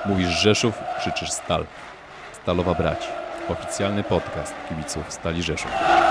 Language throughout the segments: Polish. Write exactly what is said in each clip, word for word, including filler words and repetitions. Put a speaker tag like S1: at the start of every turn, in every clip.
S1: Mówisz Rzeszów, krzyczysz Stal. Stalowa Brać. Oficjalny podcast kibiców Stali Rzeszów.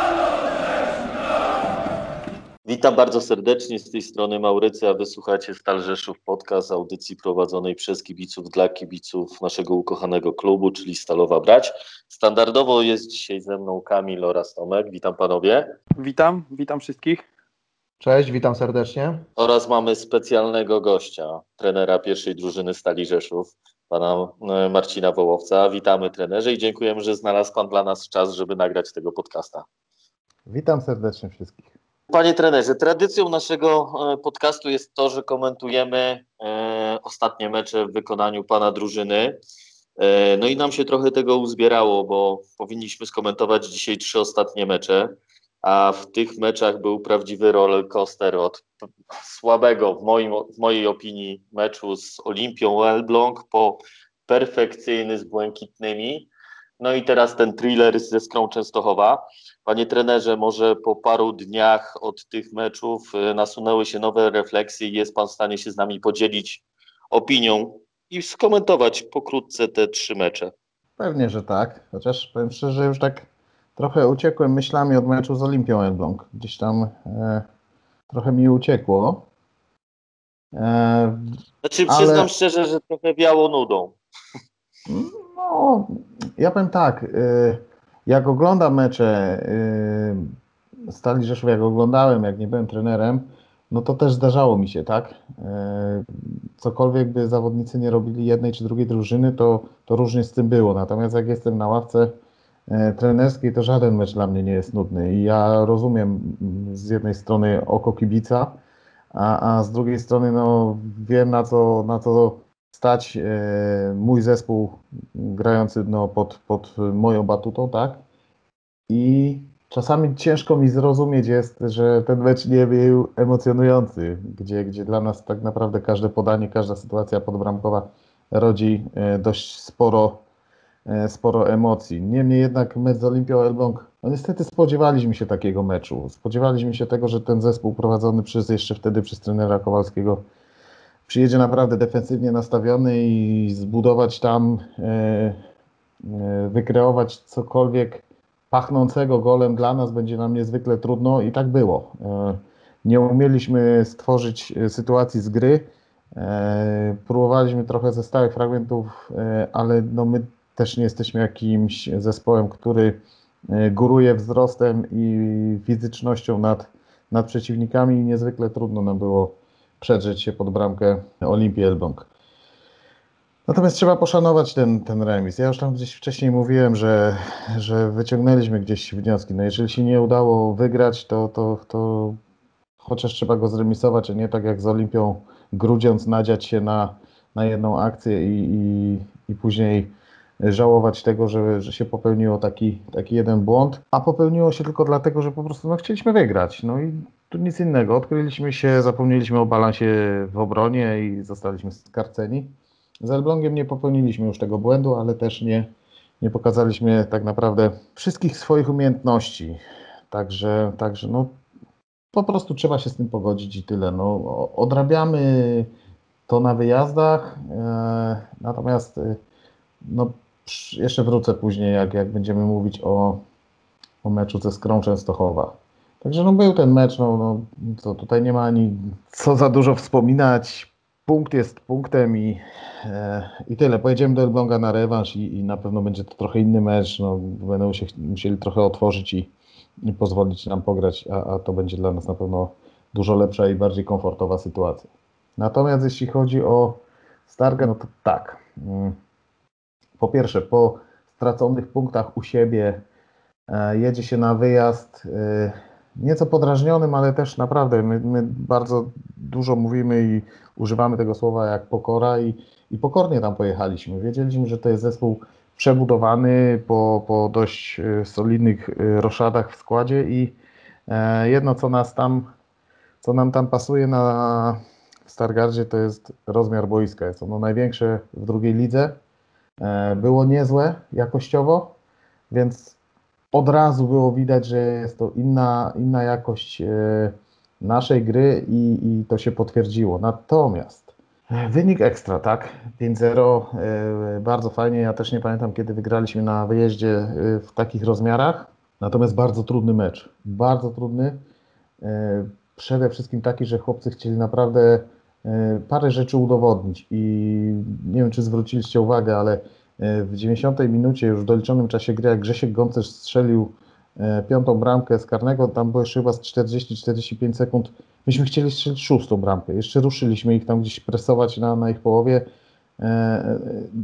S2: Witam bardzo serdecznie, z tej strony Maurycy, a wysłuchacie Stal Rzeszów podcast, audycji prowadzonej przez kibiców dla kibiców naszego ukochanego klubu, czyli Stalowa Brać. Standardowo jest dzisiaj ze mną Kamil oraz Tomek. Witam panowie.
S3: Witam, witam wszystkich.
S4: Cześć, witam serdecznie.
S2: Oraz mamy specjalnego gościa, trenera pierwszej drużyny Stali Rzeszów, pana Marcina Wołowca. Witamy trenerze i dziękujemy, że znalazł pan dla nas czas, żeby nagrać tego podcasta.
S4: Witam serdecznie wszystkich.
S2: Panie trenerze, tradycją naszego podcastu jest to, że komentujemy ostatnie mecze w wykonaniu pana drużyny. No i nam się trochę tego uzbierało, bo powinniśmy skomentować dzisiaj trzy ostatnie mecze, a w tych meczach był prawdziwy roller coaster od słabego, w, moim, w mojej opinii, meczu z Olimpią Elbląg po perfekcyjny z Błękitnymi. No i teraz ten thriller ze Skrą Częstochowa. Panie trenerze, może po paru dniach od tych meczów nasunęły się nowe refleksje i jest pan w stanie się z nami podzielić opinią i skomentować pokrótce te trzy mecze?
S4: Pewnie, że tak. Chociaż powiem szczerze, już tak trochę uciekłem myślami od meczu z Olimpią Elbląg. Gdzieś tam e, trochę mi uciekło. E,
S2: Znaczy
S4: ale...
S2: przyznam szczerze, że trochę wiało nudą.
S4: No, ja powiem tak, e, jak oglądam mecze e, Stali Rzeszów, jak oglądałem, jak nie byłem trenerem, no to też zdarzało mi się, tak? E, cokolwiek by zawodnicy nie robili jednej czy drugiej drużyny, to, to różnie z tym było. Natomiast jak jestem na ławce e, trenerskiej, to żaden mecz dla mnie nie jest nudny. I ja rozumiem z jednej strony oko kibica, a, a z drugiej strony no, wiem na co, na co stać e, mój zespół grający no, pod, pod moją batutą, tak? I czasami ciężko mi zrozumieć jest, że ten mecz nie był emocjonujący, gdzie, gdzie dla nas tak naprawdę każde podanie, każda sytuacja podbramkowa rodzi dość sporo, sporo emocji. Niemniej jednak mecz z Olimpią Elbląg, no niestety spodziewaliśmy się takiego meczu. Spodziewaliśmy się tego, że ten zespół prowadzony przez jeszcze wtedy przez trenera Kowalskiego przyjedzie naprawdę defensywnie nastawiony i zbudować tam, wykreować cokolwiek pachnącego golem dla nas będzie nam niezwykle trudno i tak było. Nie umieliśmy stworzyć sytuacji z gry. Próbowaliśmy trochę ze stałych fragmentów, ale no my też nie jesteśmy jakimś zespołem, który góruje wzrostem i fizycznością nad, nad przeciwnikami i niezwykle trudno nam było przedrzeć się pod bramkę Olimpii Elbląg. Natomiast trzeba poszanować ten, ten remis. Ja już tam gdzieś wcześniej mówiłem, że, że wyciągnęliśmy gdzieś wnioski. No jeżeli się nie udało wygrać, to, to, to chociaż trzeba go zremisować, a nie tak jak z Olimpią Grudziądz nadziać się na, na jedną akcję i, i, i później żałować tego, że, że się popełniło taki, taki jeden błąd. A popełniło się tylko dlatego, że po prostu no, chcieliśmy wygrać. No i tu nic innego. Odkryliśmy się, zapomnieliśmy o balansie w obronie i zostaliśmy skarceni. Z Elblągiem nie popełniliśmy już tego błędu, ale też nie, nie pokazaliśmy tak naprawdę wszystkich swoich umiejętności. Także, także no, po prostu trzeba się z tym pogodzić i tyle. No, odrabiamy to na wyjazdach, e, natomiast e, no, jeszcze wrócę później, jak, jak będziemy mówić o, o meczu ze Skrą Częstochowa. Także no, był ten mecz, no, no, to tutaj nie ma ani co za dużo wspominać. Punkt jest punktem i, e, i tyle. Pojedziemy do Elbląga na rewanż i, i na pewno będzie to trochę inny mecz. No, będą się musieli trochę otworzyć i, i pozwolić nam pograć, a, a to będzie dla nas na pewno dużo lepsza i bardziej komfortowa sytuacja. Natomiast jeśli chodzi o Stargę, no to tak. Po pierwsze, po straconych punktach u siebie e, jedzie się na wyjazd e, nieco podrażnionym, ale też naprawdę my, my bardzo dużo mówimy i używamy tego słowa jak pokora i, i pokornie tam pojechaliśmy. Wiedzieliśmy, że to jest zespół przebudowany po, po dość solidnych roszadach w składzie i jedno co nas tam, co nam tam pasuje na Stargardzie, to jest rozmiar boiska. Jest ono największe w drugiej lidze. Było niezłe jakościowo, więc od razu było widać, że jest to inna, inna jakość naszej gry i, i to się potwierdziło. Natomiast Wynik ekstra, tak? pięć zero, e, bardzo fajnie. Ja też nie pamiętam, kiedy wygraliśmy na wyjeździe e, w takich rozmiarach. Natomiast bardzo trudny mecz. Bardzo trudny. E, Przede wszystkim taki, że chłopcy chcieli naprawdę e, parę rzeczy udowodnić. I nie wiem, czy zwróciliście uwagę, ale e, w dziewięćdziesiątej minucie, już w doliczonym czasie gry, jak Grzesiek Goncerz strzelił e, piątą bramkę z karnego, tam było jeszcze chyba z czterdzieści czterdzieści pięć sekund. Myśmy chcieli strzelić szóstą bramkę. Jeszcze ruszyliśmy ich tam gdzieś presować na, na ich połowie. E, e,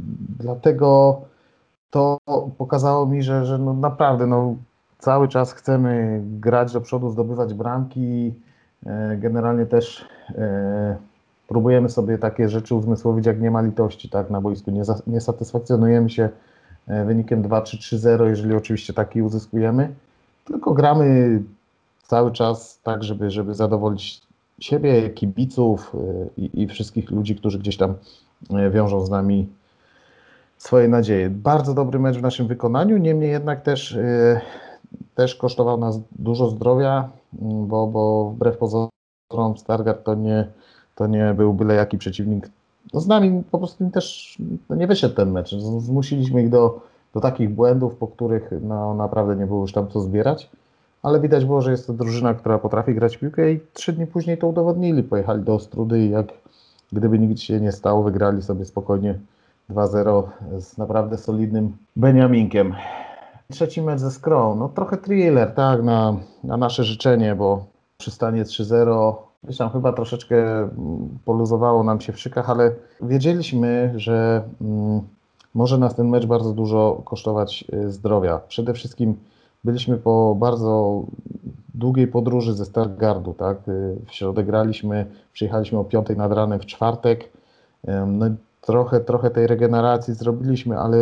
S4: dlatego to pokazało mi, że, że no naprawdę no, cały czas chcemy grać do przodu, zdobywać bramki. E, generalnie też e, próbujemy sobie takie rzeczy uzmysłowić, jak nie ma litości, tak, na boisku. Nie, za, nie satysfakcjonujemy się e, wynikiem dwa trzy trzy zero, jeżeli oczywiście taki uzyskujemy, tylko gramy cały czas tak, żeby, żeby zadowolić siebie, kibiców e, i, i wszystkich ludzi, którzy gdzieś tam e, wiążą z nami swoje nadzieje. Bardzo dobry mecz w naszym wykonaniu, niemniej jednak też, yy, też kosztował nas dużo zdrowia, yy, bo, bo wbrew pozorom Stargard to nie, to nie był byle jaki przeciwnik. No z nami po prostu też no nie wyszedł ten mecz. Zmusiliśmy ich do, do takich błędów, po których no, naprawdę nie było już tam co zbierać, ale widać było, że jest to drużyna, która potrafi grać w piłkę i trzy dni później to udowodnili. Pojechali do Ostródy i jak gdyby nic się nie stało, wygrali sobie spokojnie dwa zero z naprawdę solidnym Beniaminkiem. Trzeci mecz ze Skrą, no trochę thriller, tak, na, na nasze życzenie, bo przy stanie trzy zero gdzieś tam chyba troszeczkę mm, poluzowało nam się w szykach, ale wiedzieliśmy, że mm, może nas ten mecz bardzo dużo kosztować y, zdrowia. Przede wszystkim byliśmy po bardzo długiej podróży ze Stargardu, tak, y, w środę graliśmy, przyjechaliśmy o piątej nad ranem w czwartek, Ym, no trochę, trochę tej regeneracji zrobiliśmy, ale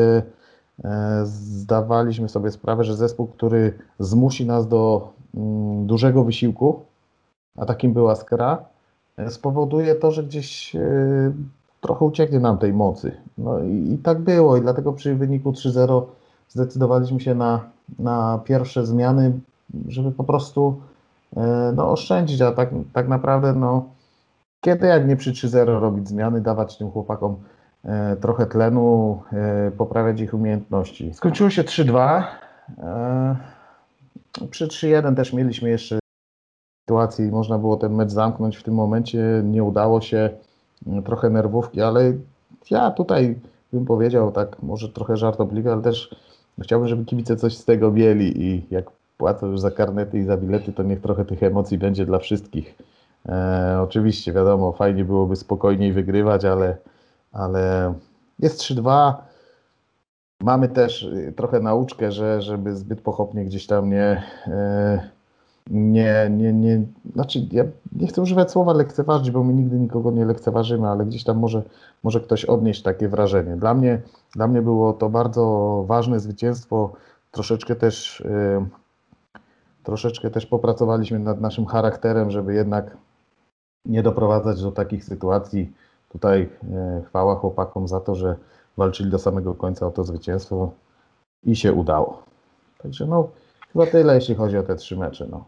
S4: e, zdawaliśmy sobie sprawę, że zespół, który zmusi nas do mm, dużego wysiłku, a takim była Skra, e, spowoduje to, że gdzieś e, trochę ucieknie nam tej mocy. No i, i tak było i dlatego przy wyniku trzy zero zdecydowaliśmy się na, na pierwsze zmiany, żeby po prostu e, no, oszczędzić, a tak, tak naprawdę no, kiedy jak nie przy trzy zero robić zmiany, dawać tym chłopakom e, trochę tlenu, e, poprawiać ich umiejętności. Skończyło się trzy dwa. E, przy trzy jeden też mieliśmy jeszcze sytuację i można było ten mecz zamknąć w tym momencie. Nie udało się, e, trochę nerwówki, ale ja tutaj bym powiedział tak może trochę żartobliwie, ale też chciałbym, żeby kibice coś z tego mieli i jak płacą już za karnety i za bilety, to niech trochę tych emocji będzie dla wszystkich. E, oczywiście, wiadomo, fajnie byłoby spokojniej wygrywać, ale, ale jest trzy dwa. Mamy też y, trochę nauczkę, że żeby zbyt pochopnie gdzieś tam nie, e, nie, nie, nie, znaczy ja nie chcę używać słowa lekceważyć, bo my nigdy nikogo nie lekceważymy, ale gdzieś tam może, może ktoś odnieść takie wrażenie. Dla mnie, dla mnie było to bardzo ważne zwycięstwo, troszeczkę też, y, troszeczkę też popracowaliśmy nad naszym charakterem, żeby jednak nie doprowadzać do takich sytuacji. Tutaj e, chwała chłopakom za to, że walczyli do samego końca o to zwycięstwo i się udało. Także no, chyba tyle, jeśli chodzi o te trzy mecze. No.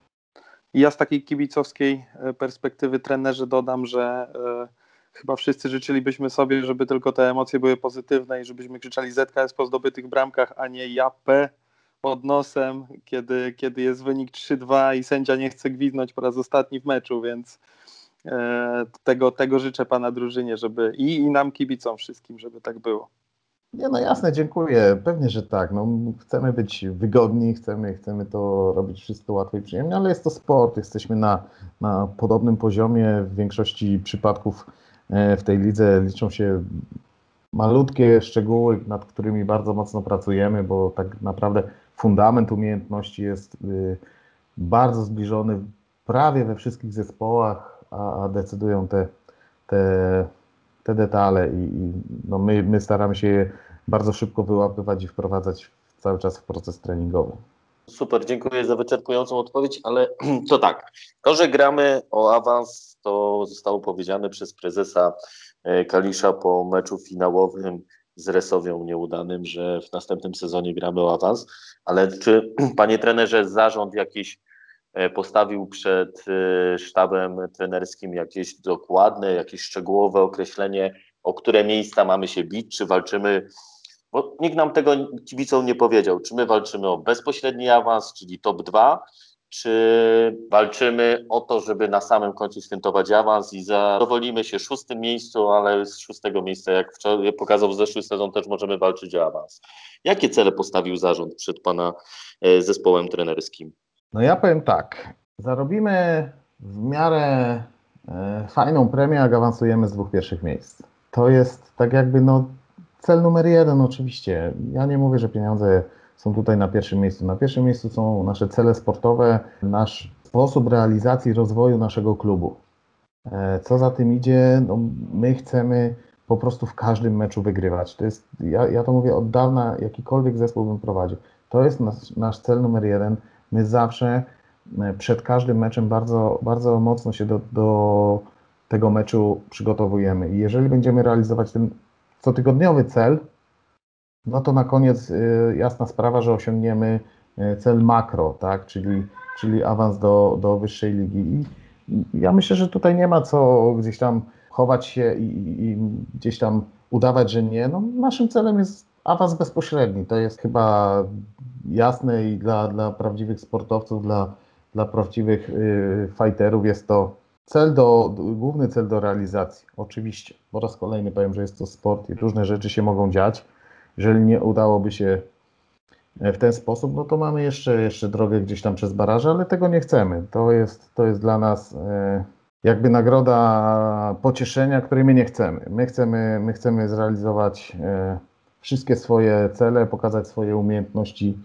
S3: Ja z takiej kibicowskiej perspektywy trenerzy dodam, że e, chyba wszyscy życzylibyśmy sobie, żeby tylko te emocje były pozytywne i żebyśmy krzyczeli Z K S po zdobytych bramkach, a nie Japę pod nosem, kiedy, kiedy jest wynik trzy dwa i sędzia nie chce gwizdnąć po raz ostatni w meczu, więc e, tego, tego życzę pana drużynie, żeby i, i nam kibicom wszystkim, żeby tak było.
S4: Nie, no jasne, dziękuję. Pewnie, że tak. No, chcemy być wygodni, chcemy, chcemy to robić wszystko łatwo i przyjemnie, ale jest to sport. Jesteśmy na, na podobnym poziomie. W większości przypadków e, w tej lidze liczą się malutkie szczegóły, nad którymi bardzo mocno pracujemy, bo tak naprawdę fundament umiejętności jest y, bardzo zbliżony prawie we wszystkich zespołach, a, a decydują te, te, te detale i, i no my, my staramy się je bardzo szybko wyłapywać i wprowadzać cały czas w proces treningowy.
S2: Super, dziękuję za wyczerpującą odpowiedź, ale to tak, to, że gramy o awans, to zostało powiedziane przez prezesa Kalisza po meczu finałowym z Resowią nieudanym, że w następnym sezonie gramy o awans, ale czy, panie trenerze, zarząd jakiś postawił przed sztabem trenerskim jakieś dokładne, jakieś szczegółowe określenie, o które miejsca mamy się bić, czy walczymy, bo nikt nam tego kibicom nie powiedział, czy my walczymy o bezpośredni awans, czyli top dwa, czy walczymy o to, żeby na samym końcu świętować awans i zadowolimy się szóstym miejscu, ale z szóstego miejsca, jak wczoraj pokazał zeszły sezon, też możemy walczyć o awans. Jakie cele postawił zarząd przed pana zespołem trenerskim?
S4: No ja powiem tak, zarobimy w miarę e, fajną premię, jak awansujemy z dwóch pierwszych miejsc. To jest tak jakby no cel numer jeden oczywiście. Ja nie mówię, że pieniądze są tutaj na pierwszym miejscu. Na pierwszym miejscu są nasze cele sportowe, nasz sposób realizacji rozwoju naszego klubu. E, co za tym idzie, no my chcemy po prostu w każdym meczu wygrywać. To jest, ja, ja to mówię od dawna, jakikolwiek zespół bym prowadził. To jest nasz, nasz cel numer jeden. My zawsze przed każdym meczem bardzo, bardzo mocno się do, do tego meczu przygotowujemy. I jeżeli będziemy realizować ten cotygodniowy cel, no to na koniec y, jasna sprawa, że osiągniemy cel makro, tak? czyli, czyli awans do, do wyższej ligi. I ja myślę, że tutaj nie ma co gdzieś tam chować się i, i, i gdzieś tam udawać, że nie. No, naszym celem jest awans bezpośredni. To jest chyba jasne i dla, dla prawdziwych sportowców, dla, dla prawdziwych y, fighterów jest to cel do, główny cel do realizacji. Oczywiście, po raz kolejny powiem, że jest to sport i różne rzeczy się mogą dziać. Jeżeli nie udałoby się w ten sposób, no to mamy jeszcze, jeszcze drogę gdzieś tam przez baraże, ale tego nie chcemy. To jest, to jest dla nas y, jakby nagroda pocieszenia, której my nie chcemy. My chcemy, my chcemy zrealizować y, wszystkie swoje cele, pokazać swoje umiejętności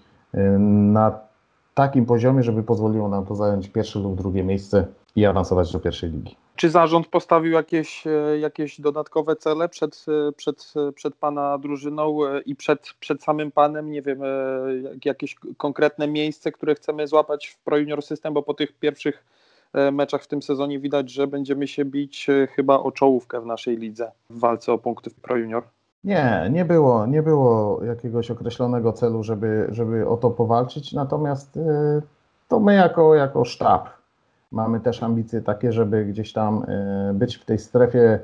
S4: na takim poziomie, żeby pozwoliło nam to zająć pierwsze lub drugie miejsce i awansować do pierwszej ligi.
S3: Czy zarząd postawił jakieś, jakieś dodatkowe cele przed, przed, przed pana drużyną i przed, przed samym panem? Nie wiem, jakieś konkretne miejsce, które chcemy złapać w Pro Junior System, bo po tych pierwszych meczach w tym sezonie widać, że będziemy się bić chyba o czołówkę w naszej lidze w walce o punkty w Pro Junior.
S4: Nie, nie było, nie było jakiegoś określonego celu, żeby, żeby o to powalczyć, natomiast y, to my jako, jako sztab mamy też ambicje takie, żeby gdzieś tam y, być w tej strefie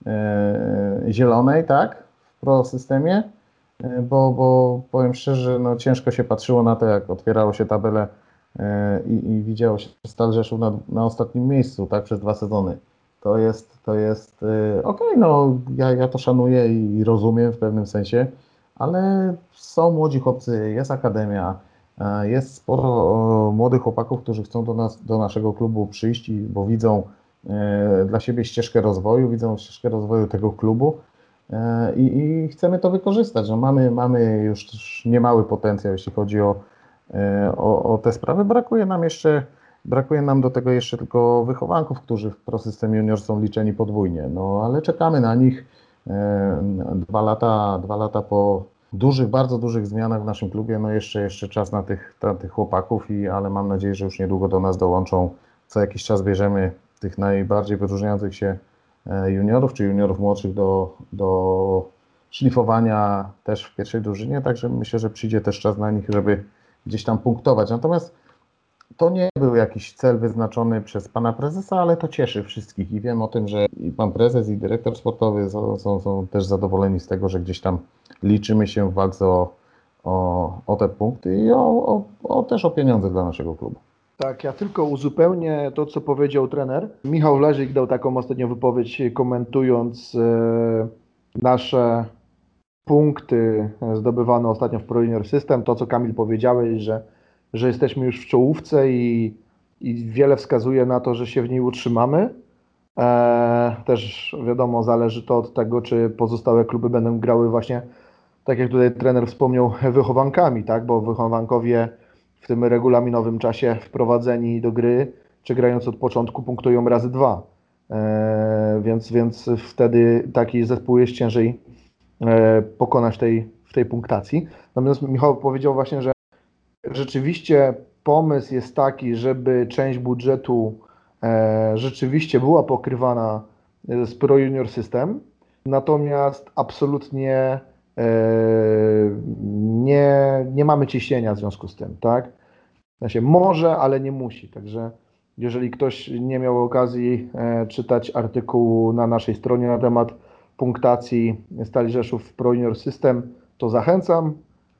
S4: y, zielonej, tak, w pro systemie, y, bo, bo powiem szczerze, no ciężko się patrzyło na to, jak otwierało się tabelę y, i, i widziało się Stal Rzeszów na, na ostatnim miejscu, tak, przez dwa sezony. To jest, to jest yy, okej, okay, no ja, ja to szanuję i rozumiem w pewnym sensie, ale są młodzi chłopcy, jest akademia, yy, jest sporo yy, młodych chłopaków, którzy chcą do nas, do naszego klubu przyjść, i, bo widzą yy, dla siebie ścieżkę rozwoju, widzą ścieżkę rozwoju tego klubu yy, i, i chcemy to wykorzystać. No, mamy, mamy już niemały potencjał, jeśli chodzi o, yy, o, o te sprawy. Brakuje nam jeszcze Brakuje nam do tego jeszcze tylko wychowanków, którzy w Pro System Junior są liczeni podwójnie. No ale czekamy na nich. Dwa lata, dwa lata po dużych, bardzo dużych zmianach w naszym klubie. No jeszcze, jeszcze czas na tych, na tych chłopaków, i, ale mam nadzieję, że już niedługo do nas dołączą. Co jakiś czas bierzemy tych najbardziej wyróżniających się juniorów, czy juniorów młodszych do, do szlifowania też w pierwszej drużynie. Także myślę, że przyjdzie też czas na nich, żeby gdzieś tam punktować. Natomiast to nie był jakiś cel wyznaczony przez pana prezesa, ale to cieszy wszystkich i wiem o tym, że i pan prezes, i dyrektor sportowy są, są, są też zadowoleni z tego, że gdzieś tam liczymy się w walce o, o, o te punkty i o, o, o, też o pieniądze dla naszego klubu.
S5: Tak, ja tylko uzupełnię to, co powiedział trener. Michał Wlażyk dał taką ostatnią wypowiedź, komentując e, nasze punkty zdobywane ostatnio w Pro Junior System. To, co Kamil powiedziałeś, że że jesteśmy już w czołówce i, i wiele wskazuje na to, że się w niej utrzymamy. E, też wiadomo, zależy to od tego, czy pozostałe kluby będą grały właśnie, tak jak tutaj trener wspomniał, wychowankami, tak? Bo wychowankowie w tym regulaminowym czasie wprowadzeni do gry, czy grając od początku, punktują razy dwa. E, więc, więc wtedy taki zespół jest ciężej e, pokonać tej, w tej punktacji. Natomiast Michał powiedział właśnie, że rzeczywiście pomysł jest taki, żeby część budżetu e, rzeczywiście była pokrywana z Pro Junior System, natomiast absolutnie e, nie, nie mamy ciśnienia w związku z tym, tak? W sensie może, ale nie musi. Także jeżeli ktoś nie miał okazji e, czytać artykułu na naszej stronie na temat punktacji Stali Rzeszów Pro Junior System, to zachęcam.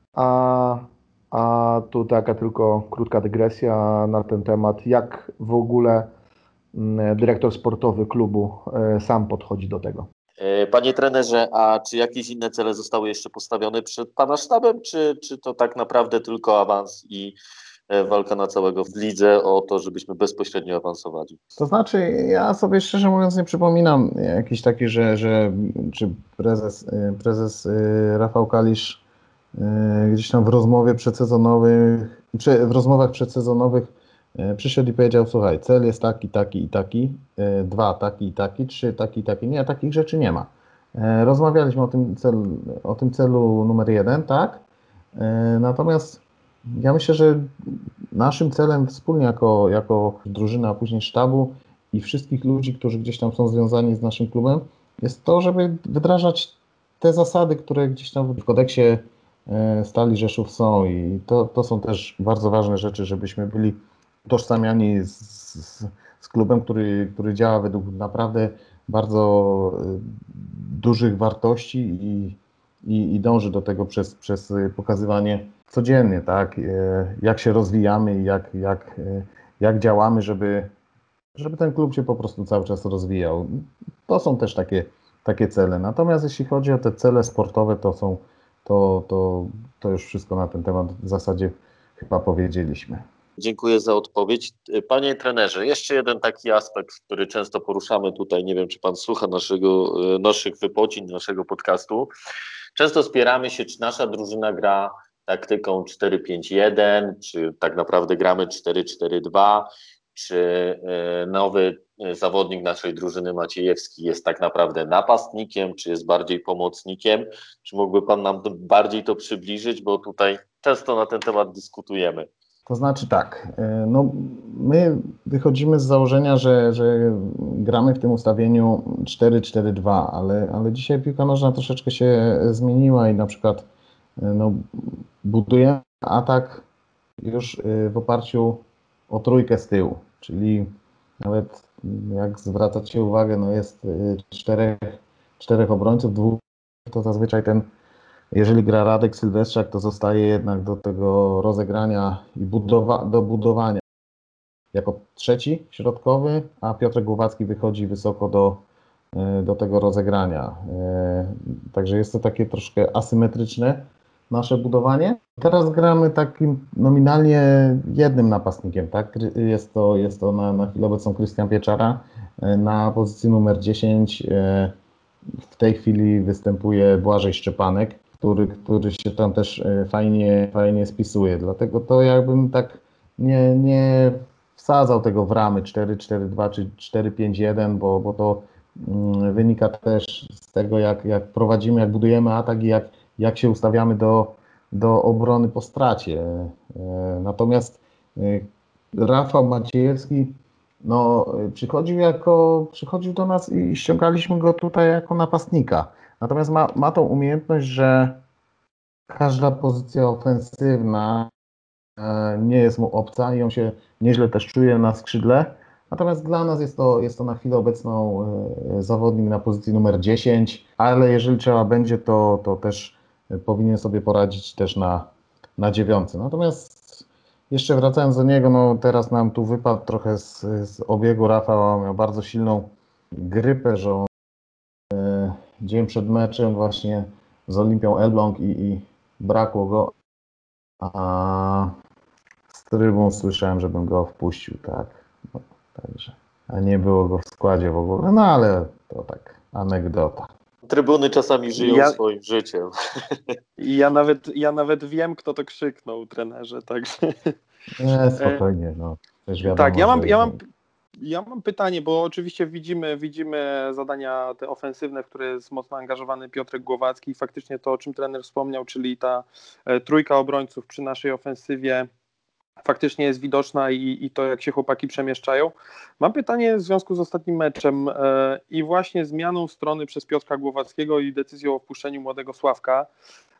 S5: A, a tu taka tylko krótka dygresja na ten temat, jak w ogóle mm, dyrektor sportowy klubu e, sam podchodzi do tego.
S2: E, Panie trenerze, a czy jakieś inne cele zostały jeszcze postawione przed Pana sztabem, czy, czy to tak naprawdę tylko awans i e, walka na całego w lidze o to, żebyśmy bezpośrednio awansowali?
S4: To znaczy, ja sobie szczerze mówiąc nie przypominam jakiś taki, że, że czy prezes, prezes y, Rafał Kalisz y, gdzieś tam w rozmowie przedsezonowych, przy, w rozmowach przedsezonowych y, przyszedł i powiedział: słuchaj, cel jest taki, taki i taki, y, dwa, taki i taki, trzy, taki i taki. Nie, takich rzeczy nie ma. Y, rozmawialiśmy o tym, celu, o tym celu numer jeden, tak? Y, natomiast ja myślę, że naszym celem wspólnie jako, jako drużyna, a później sztabu i wszystkich ludzi, którzy gdzieś tam są związani z naszym klubem, jest to, żeby wdrażać te zasady, które gdzieś tam w kodeksie Stali Rzeszów są, i to, to są też bardzo ważne rzeczy, żebyśmy byli utożsamiani z, z, z klubem, który, który działa według naprawdę bardzo dużych wartości i, i, i dąży do tego przez, przez pokazywanie codziennie, tak, jak się rozwijamy i jak, jak, jak działamy, żeby, żeby ten klub się po prostu cały czas rozwijał. To są też takie, takie cele. Natomiast jeśli chodzi o te cele sportowe, to są, to, to, to już wszystko na ten temat w zasadzie chyba powiedzieliśmy.
S2: Dziękuję za odpowiedź. Panie trenerze, jeszcze jeden taki aspekt, który często poruszamy tutaj, nie wiem, czy Pan słucha naszego, naszych wypocin, naszego podcastu. Często spieramy się, czy nasza drużyna gra taktyką cztery pięć jeden, czy tak naprawdę gramy cztery cztery dwa, czy nowy zawodnik naszej drużyny Maciejewski jest tak naprawdę napastnikiem, czy jest bardziej pomocnikiem. Czy mógłby Pan nam bardziej to przybliżyć, bo tutaj często na ten temat dyskutujemy.
S4: To znaczy tak, no my wychodzimy z założenia, że, że gramy w tym ustawieniu cztery cztery dwa, ale, ale dzisiaj piłka nożna troszeczkę się zmieniła i na przykład no, budujemy atak już w oparciu o trójkę z tyłu, czyli nawet jak zwracacie uwagę, no jest czterech, czterech obrońców, dwóch, to zazwyczaj ten, jeżeli gra Radek Sylwestrzak, to zostaje jednak do tego rozegrania i budowa, do budowania jako trzeci środkowy, a Piotrek Głowacki wychodzi wysoko do, do tego rozegrania. Także jest to takie troszkę asymetryczne nasze budowanie. Teraz gramy takim nominalnie jednym napastnikiem, tak? Jest to, jest to na, na chwilę obecną Krystian Pieczara na pozycji numer dziesięć. W tej chwili występuje Błażej Szczepanek, który, który się tam też fajnie, fajnie spisuje. Dlatego to jakbym tak nie, nie wsadzał tego w ramy cztery cztery dwa czy cztery pięć jeden, bo, bo to wynika też z tego, jak, jak prowadzimy, jak budujemy atak i jak, jak się ustawiamy do, do obrony po stracie. Natomiast Rafał Maciejewski no, przychodził, jako, przychodził do nas i ściągaliśmy go tutaj jako napastnika. Natomiast ma, ma tą umiejętność, że każda pozycja ofensywna nie jest mu obca i on się nieźle też czuje na skrzydle. Natomiast dla nas jest to, jest to na chwilę obecną zawodnik na pozycji numer dziesięć, ale jeżeli trzeba będzie, to, to też powinien sobie poradzić też na, na dziewiątce. Natomiast jeszcze wracając do niego, no teraz nam tu wypadł trochę z, z obiegu. Rafał miał bardzo silną grypę, że on e, dzień przed meczem właśnie z Olimpią Elbląg i, i brakło go, a z trybun słyszałem, żebym go wpuścił, tak. No, także, a nie było go w składzie w ogóle, no ale to tak anegdota.
S2: Trybuny czasami żyją
S3: Ja-
S2: swoim życiem.
S3: I ja nawet, ja nawet wiem, kto to krzyknął, trenerze, także...
S4: Nie, spokojnie, no. Też wiadomo,
S3: Tak, ja mam,
S4: że,
S3: ja mam, ja mam pytanie, bo oczywiście widzimy, widzimy zadania te ofensywne, w które jest mocno angażowany Piotrek Głowacki i faktycznie to, o czym trener wspomniał, czyli ta e, trójka obrońców przy naszej ofensywie faktycznie jest widoczna i, i to, jak się chłopaki przemieszczają. Mam pytanie w związku z ostatnim meczem e, i właśnie zmianą strony przez Piotra Głowackiego i decyzją o wpuszczeniu młodego Sławka.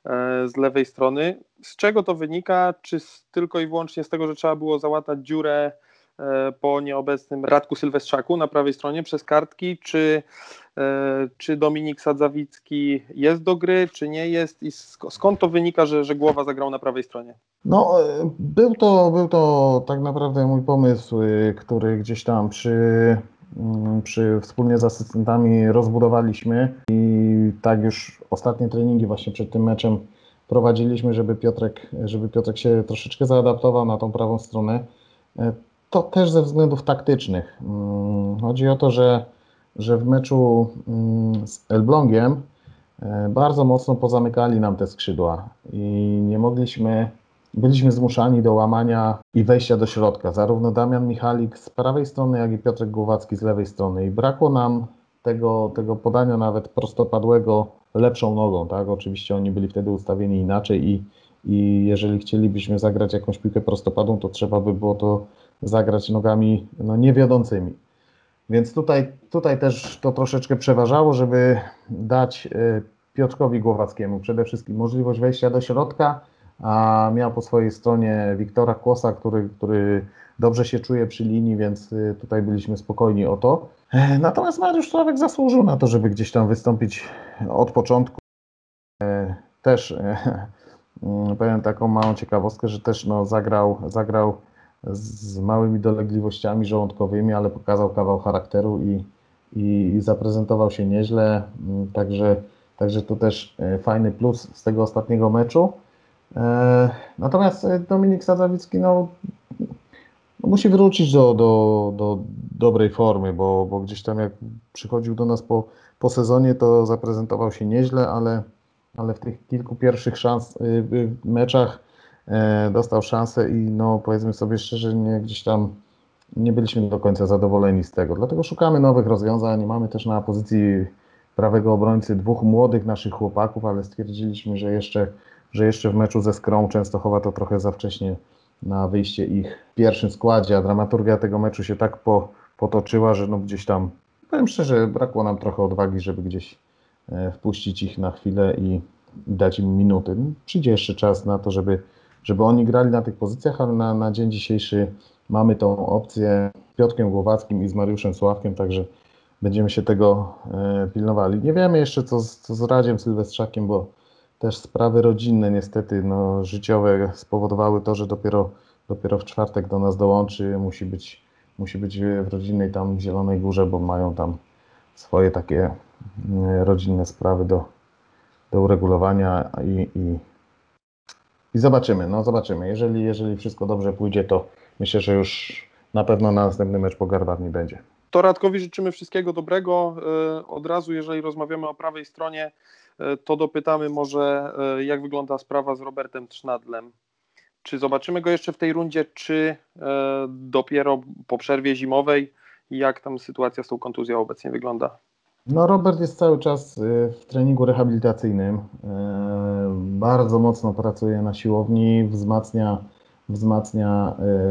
S3: z lewej strony. Z czego to wynika? Czy z, tylko i wyłącznie z tego, że trzeba było załatać dziurę po nieobecnym Radku Sylwestrzaku na prawej stronie przez kartki, czy, czy Dominik Sadzawicki jest do gry, czy nie jest i skąd to wynika, że, że Głowa zagrał na prawej stronie?
S4: No, był to, był to tak naprawdę mój pomysł, który gdzieś tam przy, przy wspólnie z asystentami rozbudowaliśmy i tak już ostatnie treningi właśnie przed tym meczem prowadziliśmy, żeby Piotrek, żeby Piotrek się troszeczkę zaadaptował na tą prawą stronę. To też ze względów taktycznych. Chodzi o to, że, że w meczu z Elblągiem bardzo mocno pozamykali nam te skrzydła i nie mogliśmy, byliśmy zmuszani do łamania i wejścia do środka. Zarówno Damian Michalik z prawej strony, jak i Piotrek Głowacki z lewej strony. I brakło nam tego, tego podania nawet prostopadłego lepszą nogą. Tak? Oczywiście oni byli wtedy ustawieni inaczej i, i jeżeli chcielibyśmy zagrać jakąś piłkę prostopadłą, to trzeba by było to zagrać nogami no, niewiodącymi. Więc tutaj, tutaj też to troszeczkę przeważało, żeby dać Piotrkowi Głowackiemu przede wszystkim możliwość wejścia do środka, a miał po swojej stronie Wiktora Kłosa, który, który dobrze się czuje przy linii, więc tutaj byliśmy spokojni o to. Natomiast Mariusz Sławek zasłużył na to, żeby gdzieś tam wystąpić od początku. Też powiem taką małą ciekawostkę, że też no, zagrał, zagrał z małymi dolegliwościami żołądkowymi, ale pokazał kawał charakteru i, i, i zaprezentował się nieźle, także, także to też fajny plus z tego ostatniego meczu. Natomiast Dominik Sadzawicki no, no musi wrócić do, do, do dobrej formy, bo, bo gdzieś tam jak przychodził do nas po, po sezonie, to zaprezentował się nieźle, ale, ale w tych kilku pierwszych szans, meczach dostał szansę i no powiedzmy sobie szczerze, nie, gdzieś tam nie byliśmy do końca zadowoleni z tego. Dlatego szukamy nowych rozwiązań. Mamy też na pozycji prawego obrońcy dwóch młodych naszych chłopaków, ale stwierdziliśmy, że jeszcze, że jeszcze w meczu ze Skrą Częstochowa to trochę za wcześnie na wyjście ich w pierwszym składzie, a dramaturgia tego meczu się tak po, potoczyła, że no gdzieś tam, powiem szczerze, brakło nam trochę odwagi, żeby gdzieś wpuścić ich na chwilę i dać im minuty. Przyjdzie jeszcze czas na to, żeby żeby oni grali na tych pozycjach, ale na, na dzień dzisiejszy mamy tą opcję z Piotrkiem Głowackim i z Mariuszem Sławkiem, także będziemy się tego e, pilnowali. Nie wiemy jeszcze, co z, co z Radziem Sylwestrzakiem, bo też sprawy rodzinne niestety, no, życiowe spowodowały to, że dopiero, dopiero w czwartek do nas dołączy, musi być, musi być w rodzinnej tam w Zielonej Górze, bo mają tam swoje takie e, rodzinne sprawy do, do uregulowania i, i I zobaczymy, no zobaczymy. Jeżeli, jeżeli wszystko dobrze pójdzie, to myślę, że już na pewno na następny mecz po Garbarni będzie.
S3: To Radkowi życzymy wszystkiego dobrego. Od razu, jeżeli rozmawiamy o prawej stronie, to dopytamy może, jak wygląda sprawa z Robertem Trznadlem. Czy zobaczymy go jeszcze w tej rundzie, czy dopiero po przerwie zimowej? Jak tam sytuacja z tą kontuzją obecnie wygląda?
S4: No Robert jest cały czas w treningu rehabilitacyjnym. Bardzo mocno pracuje na siłowni, wzmacnia, wzmacnia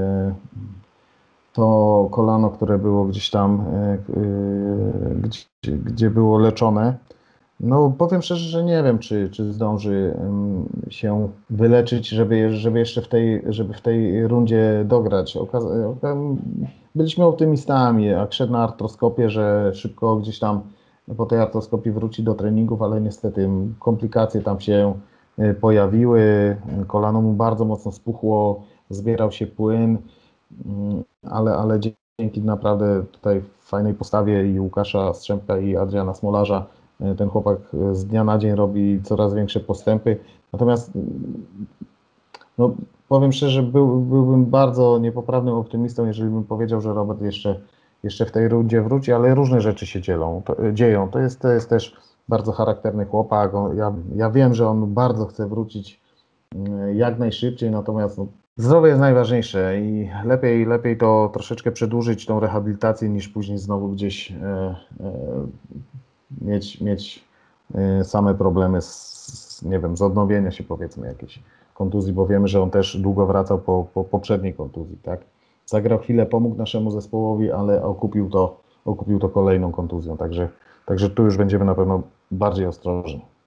S4: to kolano, które było gdzieś tam, gdzie, gdzie było leczone. No powiem szczerze, że nie wiem, czy, czy zdąży się wyleczyć, żeby, żeby jeszcze w tej, żeby w tej rundzie dograć. Byliśmy optymistami, jak szedł na artroskopię, że szybko gdzieś tam po tej artroskopii wróci do treningów, ale niestety komplikacje tam się pojawiły, kolano mu bardzo mocno spuchło, zbierał się płyn, ale, ale dzięki naprawdę tutaj fajnej postawie i Łukasza Strzępka i Adriana Smolarza ten chłopak z dnia na dzień robi coraz większe postępy. Natomiast no, powiem szczerze, był, byłbym bardzo niepoprawnym optymistą, jeżeli bym powiedział, że Robert jeszcze, jeszcze w tej rundzie wróci, ale różne rzeczy się dzielą, to, dzieją. To jest, to jest też bardzo charakterny chłopak. On, ja, ja wiem, że on bardzo chce wrócić jak najszybciej, natomiast no, zdrowie jest najważniejsze i lepiej, lepiej to troszeczkę przedłużyć tą rehabilitację, niż później znowu gdzieś e, e, mieć, mieć e, same problemy z, z, nie wiem, z odnowienia się powiedzmy jakiejś kontuzji, bo wiemy, że on też długo wracał po, po poprzedniej kontuzji, tak? Zagrał chwilę, pomógł naszemu zespołowi, ale okupił to, okupił to kolejną kontuzją, także, także tu już będziemy na pewno bardziej ostrożni.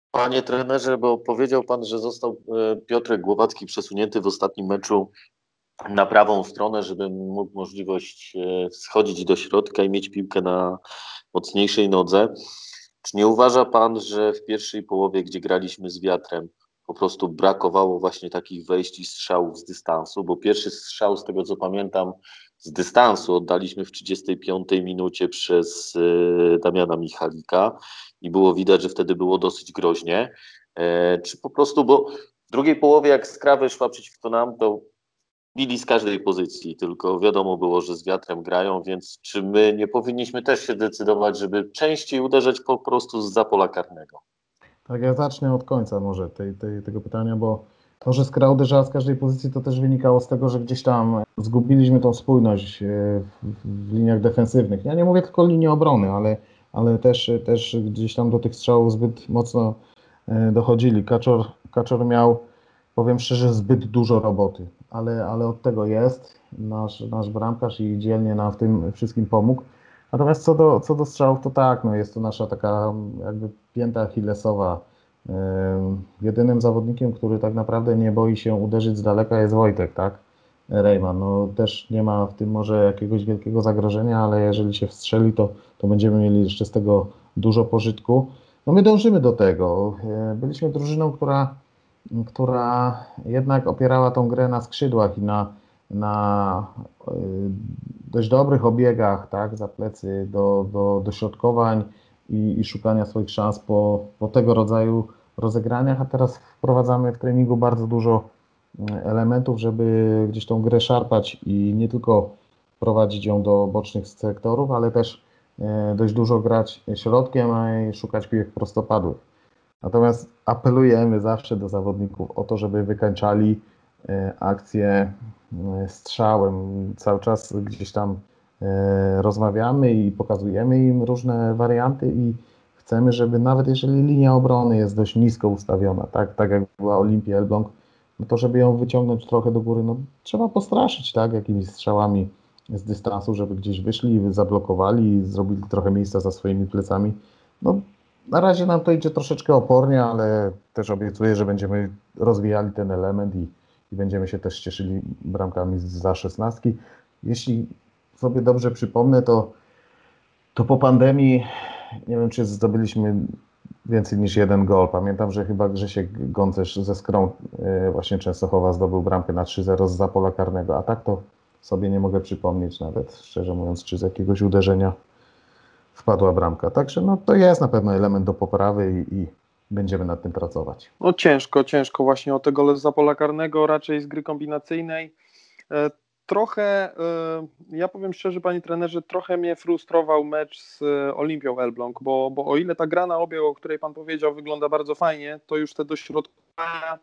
S2: Panie trenerze, bo powiedział pan, że został e, Piotrek Głowacki przesunięty w ostatnim meczu na prawą stronę, żeby mógł możliwość e, schodzić do środka i mieć piłkę na mocniejszej nodze. Czy nie uważa pan, że w pierwszej połowie, gdzie graliśmy z wiatrem, po prostu brakowało właśnie takich wejść i strzałów z dystansu? Bo pierwszy strzał, z tego co pamiętam, z dystansu oddaliśmy w trzydziestej piątej minucie przez e, Damiana Michalika i było widać, że wtedy było dosyć groźnie. E, Czy po prostu, bo w drugiej połowie, jak Skrawę szła przeciwko nam, to bili z każdej pozycji, tylko wiadomo było, że z wiatrem grają, więc czy my nie powinniśmy też się decydować, żeby częściej uderzać po prostu zza pola karnego?
S4: Tak, ja zacznę od końca może tej, tej, tego pytania, bo to, że Skra uderzała z każdej pozycji, to też wynikało z tego, że gdzieś tam zgubiliśmy tą spójność e, w, w liniach defensywnych. Ja nie mówię tylko o linii obrony, ale, ale też, też gdzieś tam do tych strzałów zbyt mocno e, dochodzili. Kaczor, Kaczor miał, powiem szczerze, zbyt dużo roboty, ale, ale od tego jest nasz, nasz bramkarz i dzielnie nam w tym wszystkim pomógł. Natomiast co do, co do strzałów, to tak, no jest to nasza taka jakby pięta achillesowa. Ym, Jedynym zawodnikiem, który tak naprawdę nie boi się uderzyć z daleka, jest Wojtek, tak? Rejman. No też nie ma w tym może jakiegoś wielkiego zagrożenia, ale jeżeli się wstrzeli, to, to będziemy mieli jeszcze z tego dużo pożytku. No my dążymy do tego. Yy, Byliśmy drużyną, która, która jednak opierała tą grę na skrzydłach i na, na yy, dość dobrych obiegach, tak, za plecy do, do dośrodkowań i, i szukania swoich szans po, po tego rodzaju rozegraniach, a teraz wprowadzamy w treningu bardzo dużo elementów, żeby gdzieś tą grę szarpać i nie tylko prowadzić ją do bocznych sektorów, ale też e, dość dużo grać środkiem, a i szukać piłek prostopadłych. Natomiast apelujemy zawsze do zawodników o to, żeby wykańczali e, akcję e, strzałem. Cały czas gdzieś tam e, rozmawiamy i pokazujemy im różne warianty i chcemy, żeby nawet jeżeli linia obrony jest dość nisko ustawiona, tak, tak jak była Olimpia Elbląg, no to żeby ją wyciągnąć trochę do góry, no trzeba postraszyć, tak, jakimiś strzałami z dystansu, żeby gdzieś wyszli, zablokowali i zrobili trochę miejsca za swoimi plecami. No, na razie nam to idzie troszeczkę opornie, ale też obiecuję, że będziemy rozwijali ten element i, i będziemy się też cieszyli bramkami za szesnastki. Jeśli sobie dobrze przypomnę, to, to po pandemii nie wiem, czy zdobyliśmy więcej niż jeden gol. Pamiętam, że chyba Grzesiek Gącerz ze Skrą yy, właśnie Częstochowa zdobył bramkę na trzy zero zza pola karnego, a tak to sobie nie mogę przypomnieć nawet, szczerze mówiąc, czy z jakiegoś uderzenia wpadła bramka. Także no, to jest na pewno element do poprawy i, i będziemy nad tym pracować.
S3: No ciężko, ciężko właśnie o tego zza pola karnego, raczej z gry kombinacyjnej. E, Trochę, y, ja powiem szczerze, panie trenerze, trochę mnie frustrował mecz z y, Olimpią Elbląg, bo, bo o ile ta gra na obieg, o której pan powiedział, wygląda bardzo fajnie, to już te dośrodkowania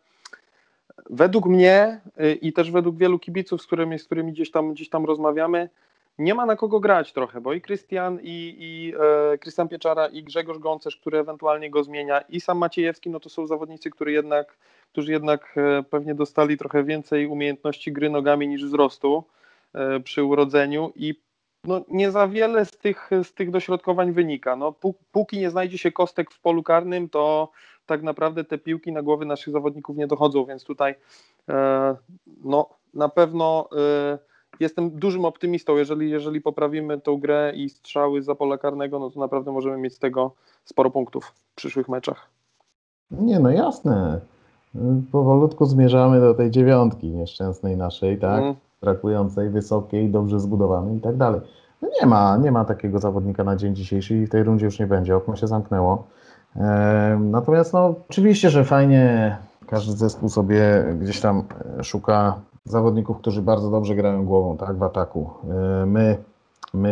S3: według mnie y, i też według wielu kibiców, z którymi, z którymi gdzieś tam, gdzieś tam rozmawiamy, nie ma na kogo grać trochę, bo i Krystian, i, i e, Krystian Pieczara, i Grzegorz Gącerz, który ewentualnie go zmienia, i sam Maciejewski, no to są zawodnicy, którzy jednak, którzy jednak e, pewnie dostali trochę więcej umiejętności gry nogami niż wzrostu e, przy urodzeniu i no, nie za wiele z tych, z tych dośrodkowań wynika. No, pó, póki nie znajdzie się kostek w polu karnym, to tak naprawdę te piłki na głowy naszych zawodników nie dochodzą, więc tutaj e, no, na pewno e, jestem dużym optymistą, jeżeli, jeżeli poprawimy tą grę i strzały za pola karnego, no to naprawdę możemy mieć z tego sporo punktów w przyszłych meczach.
S4: Nie, no jasne. Powolutku zmierzamy do tej dziewiątki nieszczęsnej naszej, tak?
S3: Mm.
S4: Brakującej, wysokiej, dobrze zbudowanej i tak dalej. No nie ma, nie ma takiego zawodnika na dzień dzisiejszy i w tej rundzie już nie będzie. Okno się zamknęło. E, natomiast no oczywiście, że fajnie każdy zespół sobie gdzieś tam szuka zawodników, którzy bardzo dobrze grają głową, tak, w ataku. E, my my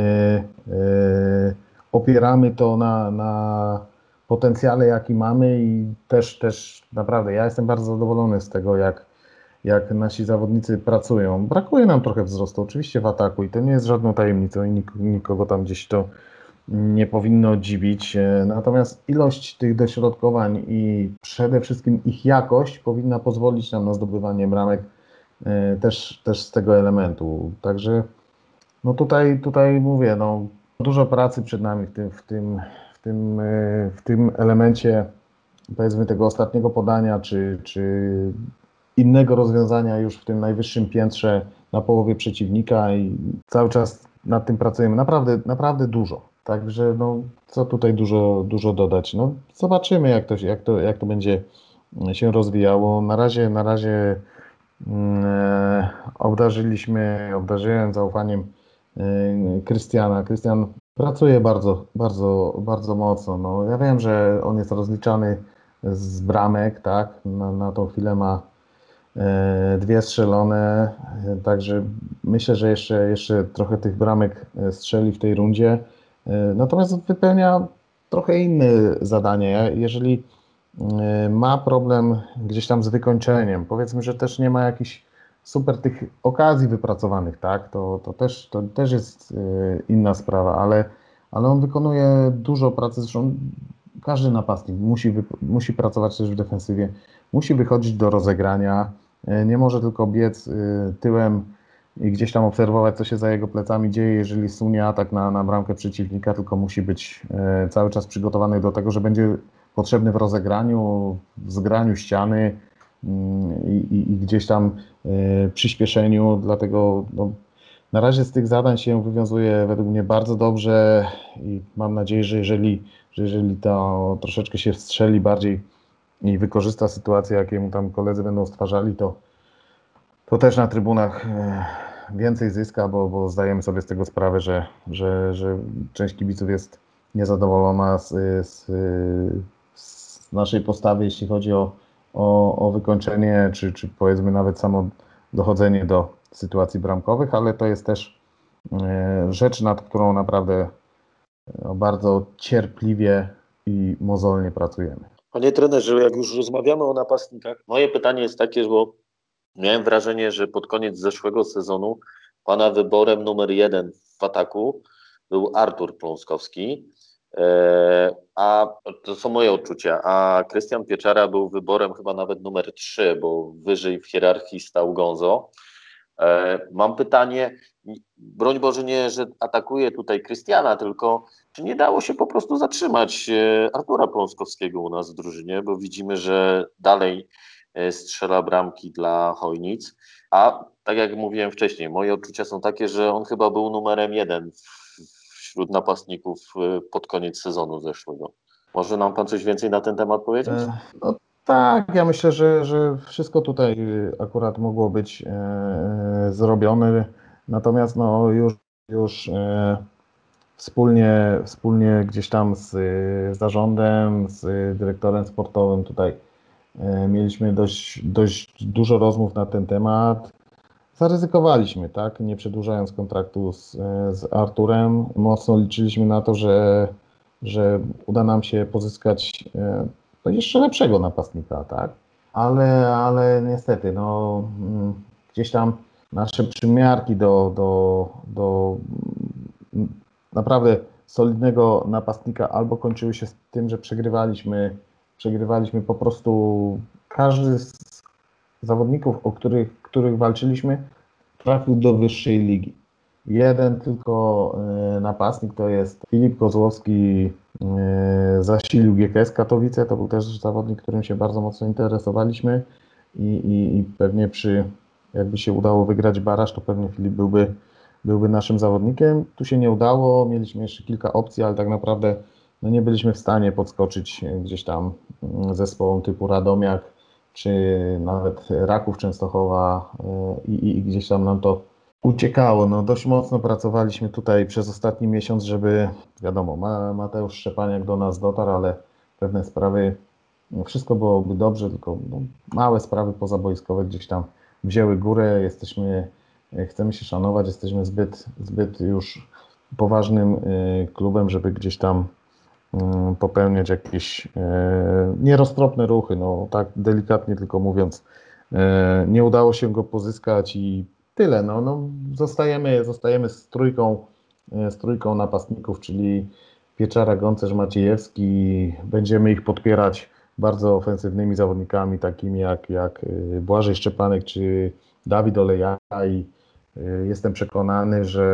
S4: e, opieramy to na, na potencjale, jaki mamy i też, też naprawdę ja jestem bardzo zadowolony z tego, jak, jak nasi zawodnicy pracują. Brakuje nam trochę wzrostu, oczywiście w ataku i to nie jest żadną tajemnicą i nik- nikogo tam gdzieś to nie powinno dziwić. Natomiast ilość tych dośrodkowań i przede wszystkim ich jakość powinna pozwolić nam na zdobywanie bramek też, też z tego elementu. Także no tutaj, tutaj mówię, no, dużo pracy przed nami w tym, w tym w tym, w tym elemencie powiedzmy tego ostatniego podania, czy, czy innego rozwiązania już w tym najwyższym piętrze na połowie przeciwnika i cały czas nad tym pracujemy. Naprawdę, naprawdę dużo. Także no, co tutaj dużo, dużo dodać. No, zobaczymy, jak to, się- jak to, jak to będzie się rozwijało. Na razie, na razie e, obdarzyliśmy, obdarzyłem zaufaniem e, Krystiana. Krystian pracuje bardzo, bardzo, bardzo mocno. No, ja wiem, że on jest rozliczany z bramek, tak? Na, na tą chwilę ma e, dwie strzelone, e, także myślę, że jeszcze, jeszcze trochę tych bramek e, strzeli w tej rundzie. E, Natomiast wypełnia trochę inne zadanie. Ja- Jeżeli e, ma problem gdzieś tam z wykończeniem, powiedzmy, że też nie ma jakichś super tych okazji wypracowanych, tak? To, to, też, to też jest e, inna sprawa, ale, ale on wykonuje dużo pracy, zresztą każdy napastnik musi, wyp- musi pracować też w defensywie, musi wychodzić do rozegrania, e, nie może tylko biec e, tyłem i gdzieś tam obserwować, co się za jego plecami dzieje, jeżeli sunie atak na, na bramkę przeciwnika, tylko musi być e, cały czas przygotowany do tego, że będzie potrzebny w rozegraniu, w zgraniu ściany mm, i, i, i gdzieś tam e, przyspieszeniu, dlatego no, na razie z tych zadań się wywiązuje według mnie bardzo dobrze i mam nadzieję, że jeżeli, że jeżeli to troszeczkę się strzeli bardziej i wykorzysta sytuację, jakie mu tam koledzy będą stwarzali, to, to też na trybunach e, więcej zyska, bo, bo zdajemy sobie z tego sprawę, że, że, że część kibiców jest niezadowolona z, z, z naszej postawy, jeśli chodzi o, o, o wykończenie, czy, czy powiedzmy nawet samo dochodzenie do sytuacji bramkowych, ale to jest też e, rzecz, nad którą naprawdę e, bardzo cierpliwie i mozolnie pracujemy.
S2: Panie trenerze, jak już rozmawiamy o napastnikach, moje pytanie jest takie, bo miałem wrażenie, że pod koniec zeszłego sezonu pana wyborem numer jeden w ataku był Artur Pląskowski, e, a to są moje odczucia, a Krystian Pieczara był wyborem chyba nawet numer trzy, bo wyżej w hierarchii stał Gonzo. E, Mam pytanie, broń Boże nie, że atakuje tutaj Krystiana, tylko czy nie dało się po prostu zatrzymać e, Artura Pląskowskiego u nas w drużynie, bo widzimy, że dalej e, strzela bramki dla Chojnic, a tak jak mówiłem wcześniej, moje odczucia są takie, że on chyba był numerem jeden w- wśród napastników e, pod koniec sezonu zeszłego. Może nam pan coś więcej na ten temat powiedzieć?
S4: E, No tak, ja myślę, że, że wszystko tutaj y, akurat mogło być e, e, zrobione, natomiast no już, już e, wspólnie, wspólnie gdzieś tam z y, zarządem, z y, dyrektorem sportowym tutaj e, mieliśmy dość, dość dużo rozmów na ten temat. Zaryzykowaliśmy, tak, nie przedłużając kontraktu z, e, z Arturem. Mocno liczyliśmy na to, że, że uda nam się pozyskać e, no jeszcze lepszego napastnika, tak? Ale, ale niestety, no, mm, gdzieś tam nasze przymiarki do, do, do mm, naprawdę solidnego napastnika albo kończyły się z tym, że przegrywaliśmy, przegrywaliśmy po prostu każdy z zawodników, o których, których walczyliśmy, trafił do wyższej ligi. Jeden tylko e, napastnik to jest Filip Kozłowski, e, zasilił G K S Katowice, to był też zawodnik, którym się bardzo mocno interesowaliśmy i, i, i pewnie przy, jakby się udało wygrać baraż, to pewnie Filip byłby, byłby naszym zawodnikiem. Tu się nie udało, mieliśmy jeszcze kilka opcji, ale tak naprawdę no nie byliśmy w stanie podskoczyć gdzieś tam mm, zespołom typu Radomiak, czy nawet Raków Częstochowa y, i, i gdzieś tam nam to uciekało. No, dość mocno pracowaliśmy tutaj przez ostatni miesiąc, żeby, wiadomo, Ma- Mateusz Szczepaniak do nas dotarł, ale pewne sprawy, no, wszystko byłoby dobrze, tylko no, małe sprawy pozaboiskowe gdzieś tam wzięły górę. Jesteśmy, y, chcemy się szanować, jesteśmy zbyt, zbyt już poważnym y, klubem, żeby gdzieś tam mm, popełniać jakieś e, nieroztropne ruchy, no tak delikatnie tylko mówiąc. E, nie udało się go pozyskać i tyle. No, no, zostajemy, zostajemy z trójką, e, z trójką napastników, czyli Pieczara, Gącerz, Maciejewski. Będziemy ich podpierać bardzo ofensywnymi zawodnikami, takimi jak, jak e, Błażej Szczepanek czy Dawid Oleja i e, jestem przekonany, że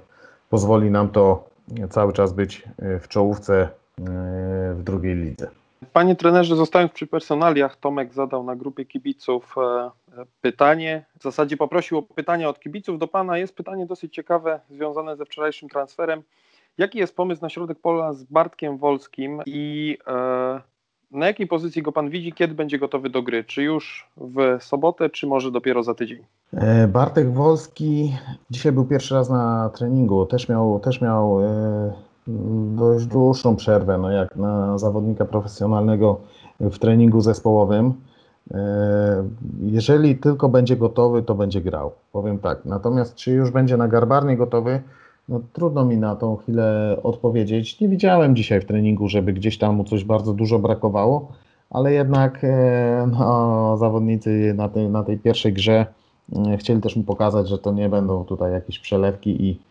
S4: pozwoli nam to cały czas być w czołówce w drugiej lidze.
S3: Panie trenerze, zostając przy personaliach, Tomek zadał na grupie kibiców e, pytanie. W zasadzie poprosił o pytanie od kibiców do pana. Jest pytanie dosyć ciekawe, związane ze wczorajszym transferem. Jaki jest pomysł na środek pola z Bartkiem Wolskim i e, na jakiej pozycji go pan widzi, kiedy będzie gotowy do gry? Czy już w sobotę, czy może dopiero za tydzień?
S4: E, Bartek Wolski dzisiaj był pierwszy raz na treningu. Też miał, też miał e, dość dłuższą przerwę, no jak na zawodnika profesjonalnego w treningu zespołowym. E, jeżeli tylko będzie gotowy, to będzie grał. Powiem tak. Natomiast czy już będzie na garbarnie gotowy? No trudno mi na tą chwilę odpowiedzieć. Nie widziałem dzisiaj w treningu, żeby gdzieś tam mu coś bardzo dużo brakowało, ale jednak e, no, zawodnicy na tej, na tej pierwszej grze e, chcieli też mu pokazać, że to nie będą tutaj jakieś przelewki i,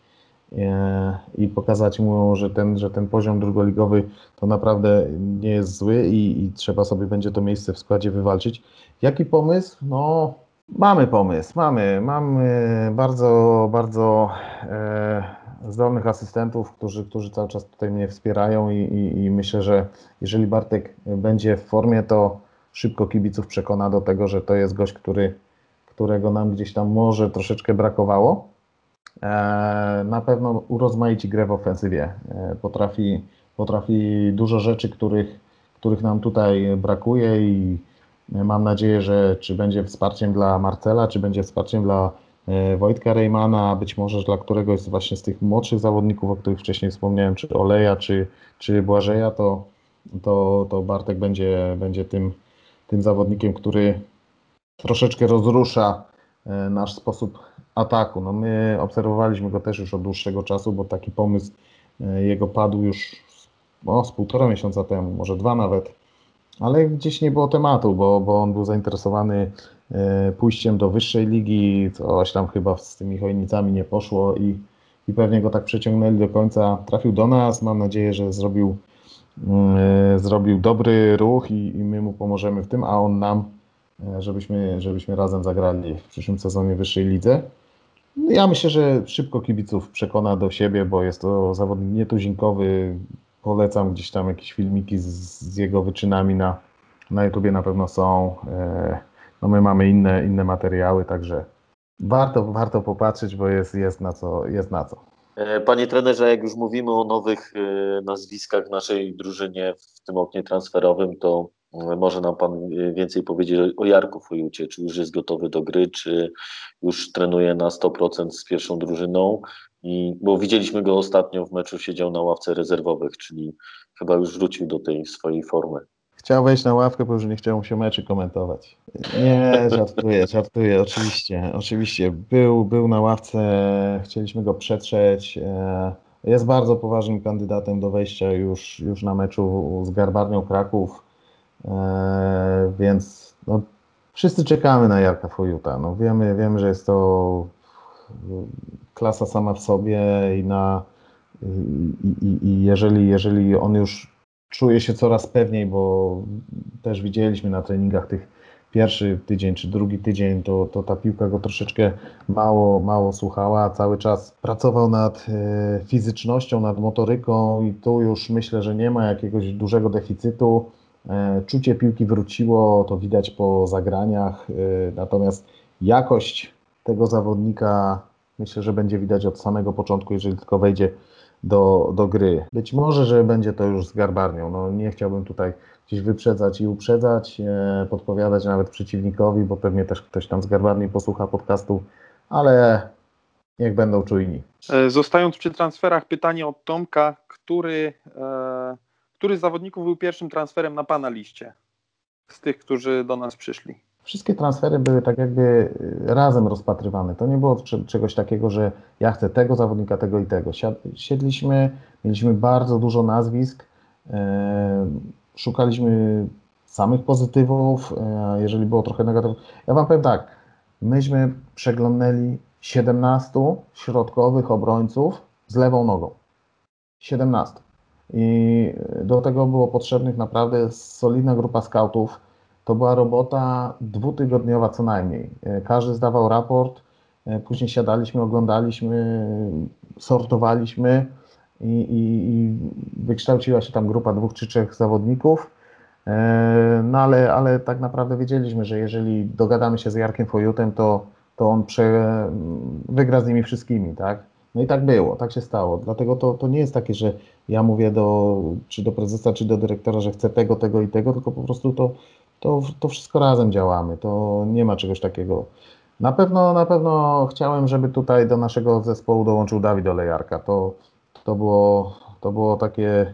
S4: e, i pokazać mu, że ten, że ten poziom drugoligowy to naprawdę nie jest zły i, i trzeba sobie będzie to miejsce w składzie wywalczyć. Jaki pomysł? No mamy pomysł, mamy, mamy bardzo, bardzo e, zdolnych asystentów, którzy, którzy cały czas tutaj mnie wspierają i, i, i myślę, że jeżeli Bartek będzie w formie, to szybko kibiców przekona do tego, że to jest gość, który, którego nam gdzieś tam może troszeczkę brakowało. E, na pewno urozmaici grę w ofensywie. E, potrafi, potrafi dużo rzeczy, których, których nam tutaj brakuje i mam nadzieję, że czy będzie wsparciem dla Marcela, czy będzie wsparciem dla Wojtka Rejmana, a być może dla któregoś właśnie z tych młodszych zawodników, o których wcześniej wspomniałem, czy Oleja, czy, czy Błażeja, to, to, to Bartek będzie, będzie tym, tym zawodnikiem, który troszeczkę rozrusza nasz sposób ataku. No my obserwowaliśmy go też już od dłuższego czasu, bo taki pomysł jego padł już o, z półtora miesiąca temu, może dwa nawet, ale gdzieś nie było tematu, bo, bo on był zainteresowany pójściem do wyższej ligi, coś tam chyba z tymi Chojnicami nie poszło i, i pewnie go tak przeciągnęli do końca. Trafił do nas, mam nadzieję, że zrobił, yy, zrobił dobry ruch i, i my mu pomożemy w tym, a on nam, żebyśmy, żebyśmy razem zagrali w przyszłym sezonie w wyższej lidze. Ja myślę, że szybko kibiców przekona do siebie, bo jest to zawodnik nietuzinkowy. Polecam gdzieś tam jakieś filmiki z, z jego wyczynami na, na YouTubie na pewno są. Yy, No my mamy inne, inne materiały, także warto, warto popatrzeć, bo jest, jest, na co, jest na co.
S2: Panie trenerze, jak już mówimy o nowych nazwiskach w naszej drużynie w tym oknie transferowym, to może nam pan więcej powiedzieć o Jarku Fojucie. Czy już jest gotowy do gry, czy już trenuje na sto procent z pierwszą drużyną? I, bo widzieliśmy go ostatnio w meczu, siedział na ławce rezerwowych, czyli chyba już wrócił do tej swojej formy.
S4: Chciał wejść na ławkę, bo już nie chciał mu się meczy komentować. Nie, żartuję, żartuję, oczywiście, oczywiście. Był, był na ławce, chcieliśmy go przetrzeć. Jest bardzo poważnym kandydatem do wejścia już, już na meczu z Garbarnią Kraków, więc no, wszyscy czekamy na Jarka Fojuta. No, wiemy, wiemy, że jest to klasa sama w sobie i, na, i, i, i jeżeli, jeżeli on już czuje się coraz pewniej, bo też widzieliśmy na treningach tych pierwszy tydzień czy drugi tydzień, to, to ta piłka go troszeczkę mało, mało słuchała. Cały czas pracował nad e, fizycznością, nad motoryką i tu już myślę, że nie ma jakiegoś dużego deficytu. E, czucie piłki wróciło, to widać po zagraniach, e, natomiast jakość tego zawodnika myślę, że będzie widać od samego początku, jeżeli tylko wejdzie do, do gry. Być może, że będzie to już z Garbarnią. No, nie chciałbym tutaj gdzieś wyprzedzać i uprzedzać, e, podpowiadać nawet przeciwnikowi, bo pewnie też ktoś tam z Garbarni posłucha podcastu, ale niech będą czujni.
S3: Zostając przy transferach, pytanie od Tomka, który, e, który z zawodników był pierwszym transferem na pana liście z tych, którzy do nas przyszli?
S4: Wszystkie transfery były tak jakby razem rozpatrywane. To nie było czegoś takiego, że ja chcę tego zawodnika, tego i tego. Siedliśmy, mieliśmy bardzo dużo nazwisk, e, szukaliśmy samych pozytywów, e, jeżeli było trochę negatywów. Ja wam powiem tak, myśmy przeglądnęli siedemnastu środkowych obrońców z lewą nogą. siedemnastu. I do tego było potrzebnych naprawdę solidna grupa skautów. To była robota dwutygodniowa co najmniej. Każdy zdawał raport, później siadaliśmy, oglądaliśmy, sortowaliśmy i, i, i wykształciła się tam grupa dwóch czy trzech zawodników. E, No ale, ale tak naprawdę wiedzieliśmy, że jeżeli dogadamy się z Jarkiem Fojutem, to, to on prze, wygra z nimi wszystkimi, tak? No i tak było, tak się stało. Dlatego to, to nie jest takie, że ja mówię do, czy do prezesa, czy do dyrektora, że chcę tego, tego i tego, tylko po prostu to, to, to wszystko razem działamy. To nie ma czegoś takiego. Na pewno, na pewno chciałem, żeby tutaj do naszego zespołu dołączył Dawid Olejarka. To, to, było, to było takie...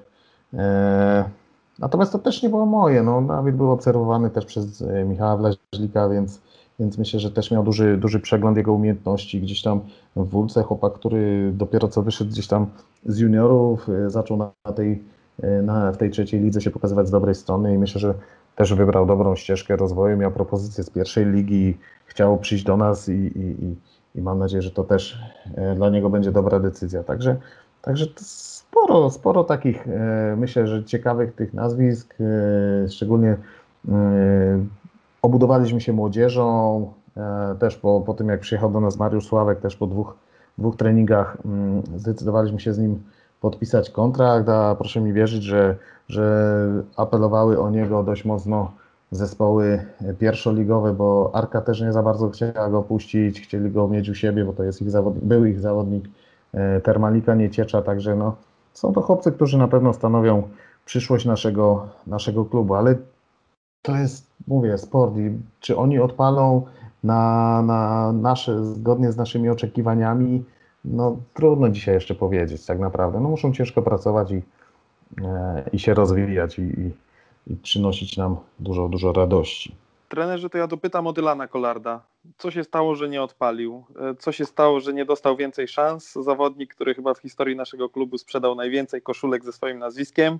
S4: E, natomiast to też nie było moje. No, Dawid był obserwowany też przez e, Michała Wlaźlika, więc, więc myślę, że też miał duży, duży przegląd jego umiejętności. Gdzieś tam w Wólce chłopak, który dopiero co wyszedł gdzieś tam z juniorów, e, zaczął na, na tej, e, na, w tej trzeciej lidze się pokazywać z dobrej strony i myślę, że też wybrał dobrą ścieżkę rozwoju, miał propozycję z pierwszej ligi, chciał przyjść do nas i, i, i, i mam nadzieję, że to też e, dla niego będzie dobra decyzja. Także, także to sporo, sporo takich, e, myślę, że ciekawych tych nazwisk, e, szczególnie e, obudowaliśmy się młodzieżą, e, też po, po tym jak przyjechał do nas Mariusz Sławek, też po dwóch, dwóch treningach mm, zdecydowaliśmy się z nim podpisać kontrakt, a proszę mi wierzyć, że, że apelowały o niego dość mocno zespoły pierwszoligowe, bo Arka też nie za bardzo chciała go puścić, chcieli go mieć u siebie, bo to jest ich zawodnik, był ich zawodnik e, Termalika Nieciecza, także no, są to chłopcy, którzy na pewno stanowią przyszłość naszego, naszego klubu, ale to jest, mówię, sport i czy oni odpalą na, na nasze, zgodnie z naszymi oczekiwaniami, no trudno dzisiaj jeszcze powiedzieć tak naprawdę. No muszą ciężko pracować i, e, i się rozwijać i, i, i przynosić nam dużo, dużo radości.
S3: Trenerze, to ja dopytam o Dylana Collarda. Co się stało, że nie odpalił? Co się stało, że nie dostał więcej szans? Zawodnik, który chyba w historii naszego klubu sprzedał najwięcej koszulek ze swoim nazwiskiem,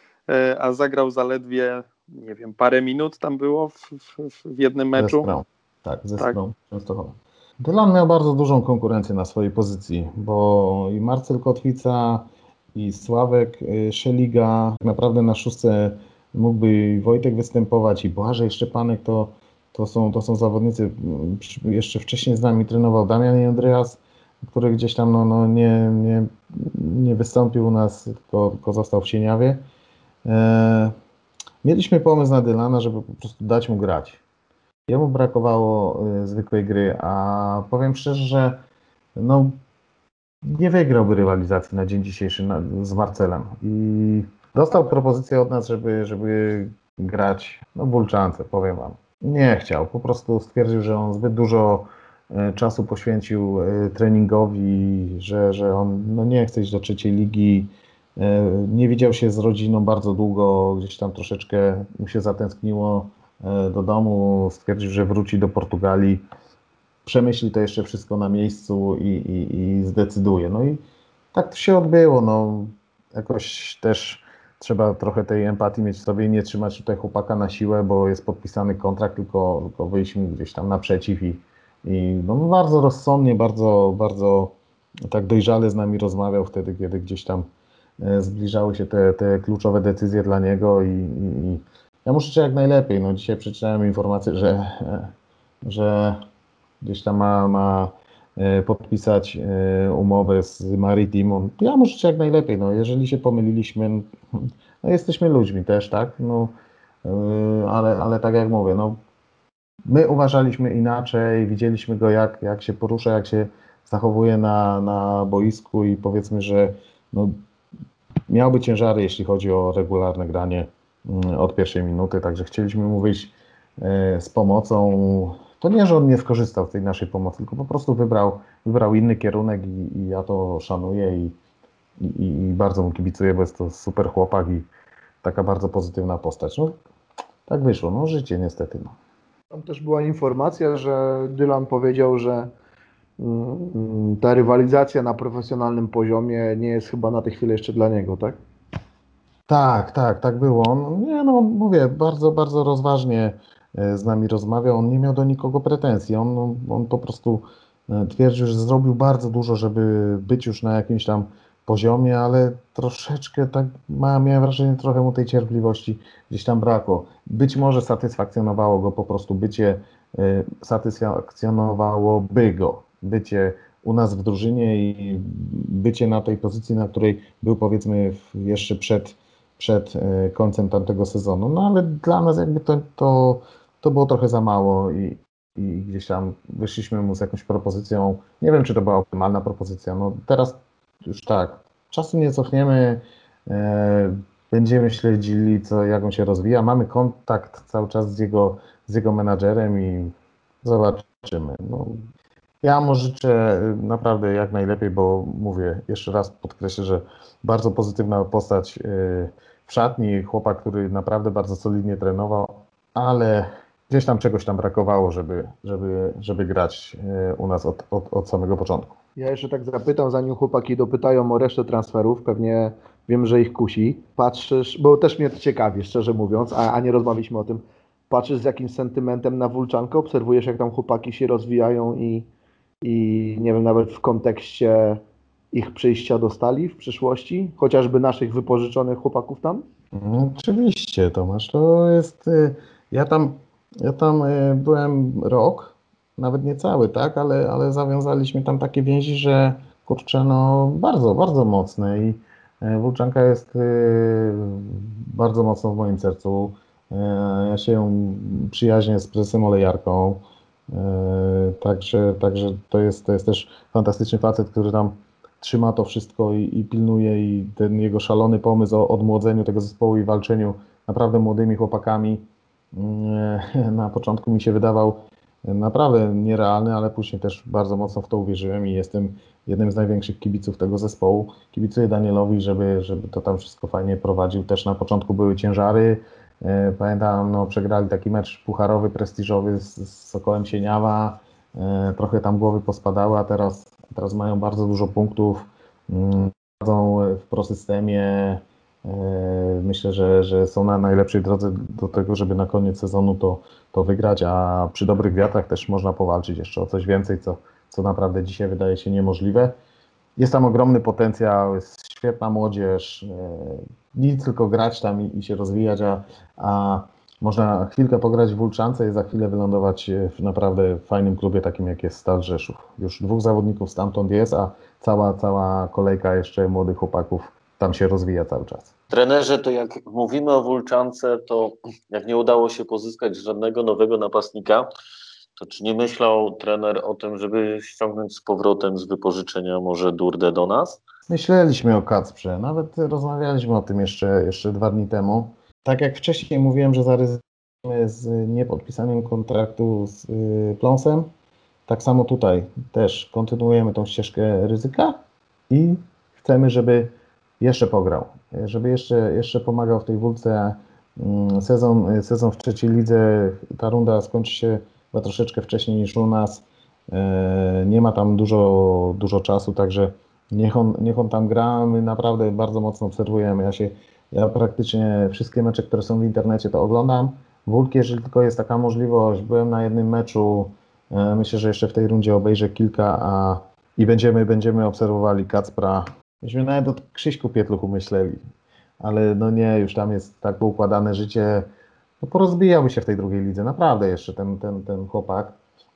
S3: a zagrał zaledwie, nie wiem, parę minut tam było w, w, w jednym meczu.
S4: Ze Sprą. Tak, ze
S3: Tak.
S4: Sprą Częstochowa. Dylan miał bardzo dużą konkurencję na swojej pozycji, bo i Marcel Kotwica, i Sławek y, Szeliga, tak naprawdę na szóstce mógłby i Wojtek występować, i Błażej Szczepanek, to, to, są, to są zawodnicy, y, jeszcze wcześniej z nami trenował Damian i Andreas, który gdzieś tam no, no, nie, nie, nie wystąpił u nas, tylko, tylko został w Sieniawie. E, mieliśmy pomysł na Dylana, żeby po prostu dać mu grać. Jemu brakowało y, zwykłej gry, a powiem szczerze, że no, nie wygrałby rywalizacji na dzień dzisiejszy na, z Marcelem. I dostał propozycję od nas, żeby, żeby grać no, w Bulczance, powiem wam. Nie chciał, po prostu stwierdził, że on zbyt dużo y, czasu poświęcił y, treningowi, że, że on no, nie chce iść do trzeciej ligi. Y, nie widział się z rodziną bardzo długo, gdzieś tam troszeczkę mu się zatęskniło do domu, stwierdził, że wróci do Portugalii, przemyśli to jeszcze wszystko na miejscu i, i, i zdecyduje. No i tak to się odbyło. No, jakoś też trzeba trochę tej empatii mieć w sobie i nie trzymać tutaj chłopaka na siłę, bo jest podpisany kontrakt, tylko, tylko wyjść mu gdzieś tam naprzeciw i, i no, bardzo rozsądnie, bardzo, bardzo tak dojrzale z nami rozmawiał wtedy, kiedy gdzieś tam zbliżały się te, te kluczowe decyzje dla niego i, i, i ja mu życzę jak najlepiej. No, dzisiaj przeczytałem informację, że, że gdzieś tam ma, ma podpisać umowę z Maritimą. Ja mu życzę jak najlepiej. No, jeżeli się pomyliliśmy, no, jesteśmy ludźmi też, tak? No, ale, ale tak jak mówię, no, my uważaliśmy inaczej, widzieliśmy go jak, jak się porusza, jak się zachowuje na, na boisku i powiedzmy, że no, miałby ciężary, jeśli chodzi o regularne granie od pierwszej minuty, także chcieliśmy mu wyjść z pomocą. To nie, że on nie skorzystał z tej naszej pomocy, tylko po prostu wybrał, wybrał inny kierunek i, i ja to szanuję i, i, i bardzo mu kibicuję, bo jest to super chłopak i taka bardzo pozytywna postać. No, tak wyszło, no życie niestety. No.
S5: Tam też była informacja, że Dylan powiedział, że mm, ta rywalizacja na profesjonalnym poziomie nie jest chyba na tę chwilę jeszcze dla niego, tak?
S4: Tak, tak, tak było. On, nie no, mówię, bardzo, bardzo rozważnie z nami rozmawiał. On nie miał do nikogo pretensji. On, on po prostu twierdził, że zrobił bardzo dużo, żeby być już na jakimś tam poziomie, ale troszeczkę tak ma, miałem wrażenie, trochę mu tej cierpliwości gdzieś tam brakło. Być może satysfakcjonowało go po prostu bycie, satysfakcjonowałoby go bycie u nas w drużynie i bycie na tej pozycji, na której był powiedzmy jeszcze przed przed e, końcem tamtego sezonu, no ale dla nas jakby to, to, to było trochę za mało i, i gdzieś tam wyszliśmy mu z jakąś propozycją, nie wiem czy to była optymalna propozycja, no teraz już tak, czasu nie cofniemy, e, będziemy śledzili co, jak on się rozwija, mamy kontakt cały czas z jego, z jego menadżerem i zobaczymy. No, ja mu życzę naprawdę jak najlepiej, bo mówię, jeszcze raz podkreślę, że bardzo pozytywna postać w szatni, chłopak, który naprawdę bardzo solidnie trenował, ale gdzieś tam czegoś tam brakowało, żeby, żeby, żeby grać u nas od, od, od samego początku.
S5: Ja jeszcze tak zapytam, zanim chłopaki dopytają o resztę transferów, pewnie wiem, że ich kusi. Patrzysz, bo też mnie to ciekawi, szczerze mówiąc, a, a nie rozmawialiśmy o tym. Patrzysz z jakimś sentymentem na Wólczankę, obserwujesz jak tam chłopaki się rozwijają i, i nie wiem, nawet w kontekście ich przyjścia do Stali w przyszłości, chociażby naszych wypożyczonych chłopaków tam?
S4: No, oczywiście, Tomasz, to jest, ja tam, ja tam byłem rok, nawet nie cały, tak, ale, ale zawiązaliśmy tam takie więzi, że kurczę, no bardzo, bardzo mocne i Wólczanka jest bardzo mocno w moim sercu. Ja się przyjaźnię z prezesem Olejarką, także, także to jest, to jest też fantastyczny facet, który tam trzyma to wszystko i, i pilnuje i ten jego szalony pomysł o odmłodzeniu tego zespołu i walczeniu naprawdę młodymi chłopakami na początku mi się wydawał naprawdę nierealny, ale później też bardzo mocno w to uwierzyłem i jestem jednym z największych kibiców tego zespołu. Kibicuję Danielowi, żeby, żeby to tam wszystko fajnie prowadził. Też na początku były ciężary. Pamiętam, no, przegrali taki mecz pucharowy, prestiżowy z, z Sokołem Sieniawa. Trochę tam głowy pospadały, a teraz, teraz mają bardzo dużo punktów. Chodzą w prosystemie. Myślę, że, że są na najlepszej drodze do tego, żeby na koniec sezonu to, to wygrać, a przy dobrych wiatrach też można powalczyć jeszcze o coś więcej, co, co naprawdę dzisiaj wydaje się niemożliwe. Jest tam ogromny potencjał, jest świetna młodzież, nic tylko grać tam i, i się rozwijać, a, a można chwilkę pograć w Wólczance i za chwilę wylądować w naprawdę fajnym klubie takim jak jest Stal Rzeszów. Już dwóch zawodników stamtąd jest, a cała, cała kolejka jeszcze młodych chłopaków tam się rozwija cały czas.
S2: Trenerze, to jak mówimy o Wólczance, to jak nie udało się pozyskać żadnego nowego napastnika, to czy nie myślał trener o tym, żeby ściągnąć z powrotem z wypożyczenia może Durdę do nas?
S4: Myśleliśmy o Kacprze, nawet rozmawialiśmy o tym jeszcze, jeszcze dwa dni temu. Tak jak wcześniej mówiłem, że zaryzykujemy z niepodpisaniem kontraktu z Pląsem, tak samo tutaj też kontynuujemy tą ścieżkę ryzyka i chcemy, żeby jeszcze pograł, żeby jeszcze, jeszcze pomagał w tej Wólce. Sezon, sezon w trzeciej lidze, ta runda skończy się chyba troszeczkę wcześniej niż u nas. Nie ma tam dużo, dużo czasu, także niech on, niech on tam gra. My naprawdę bardzo mocno obserwujemy. Ja się, ja praktycznie wszystkie mecze, które są w internecie, to oglądam. Wólki, jeżeli tylko jest taka możliwość, byłem na jednym meczu, myślę, że jeszcze w tej rundzie obejrzę kilka, a i będziemy, będziemy obserwowali Kacpra. Myśmy nawet o Krzyśku Pietluchu myśleli, ale no nie, już tam jest tak poukładane życie, no porozbijałby się w tej drugiej lidze, naprawdę jeszcze ten, ten, ten chłopak,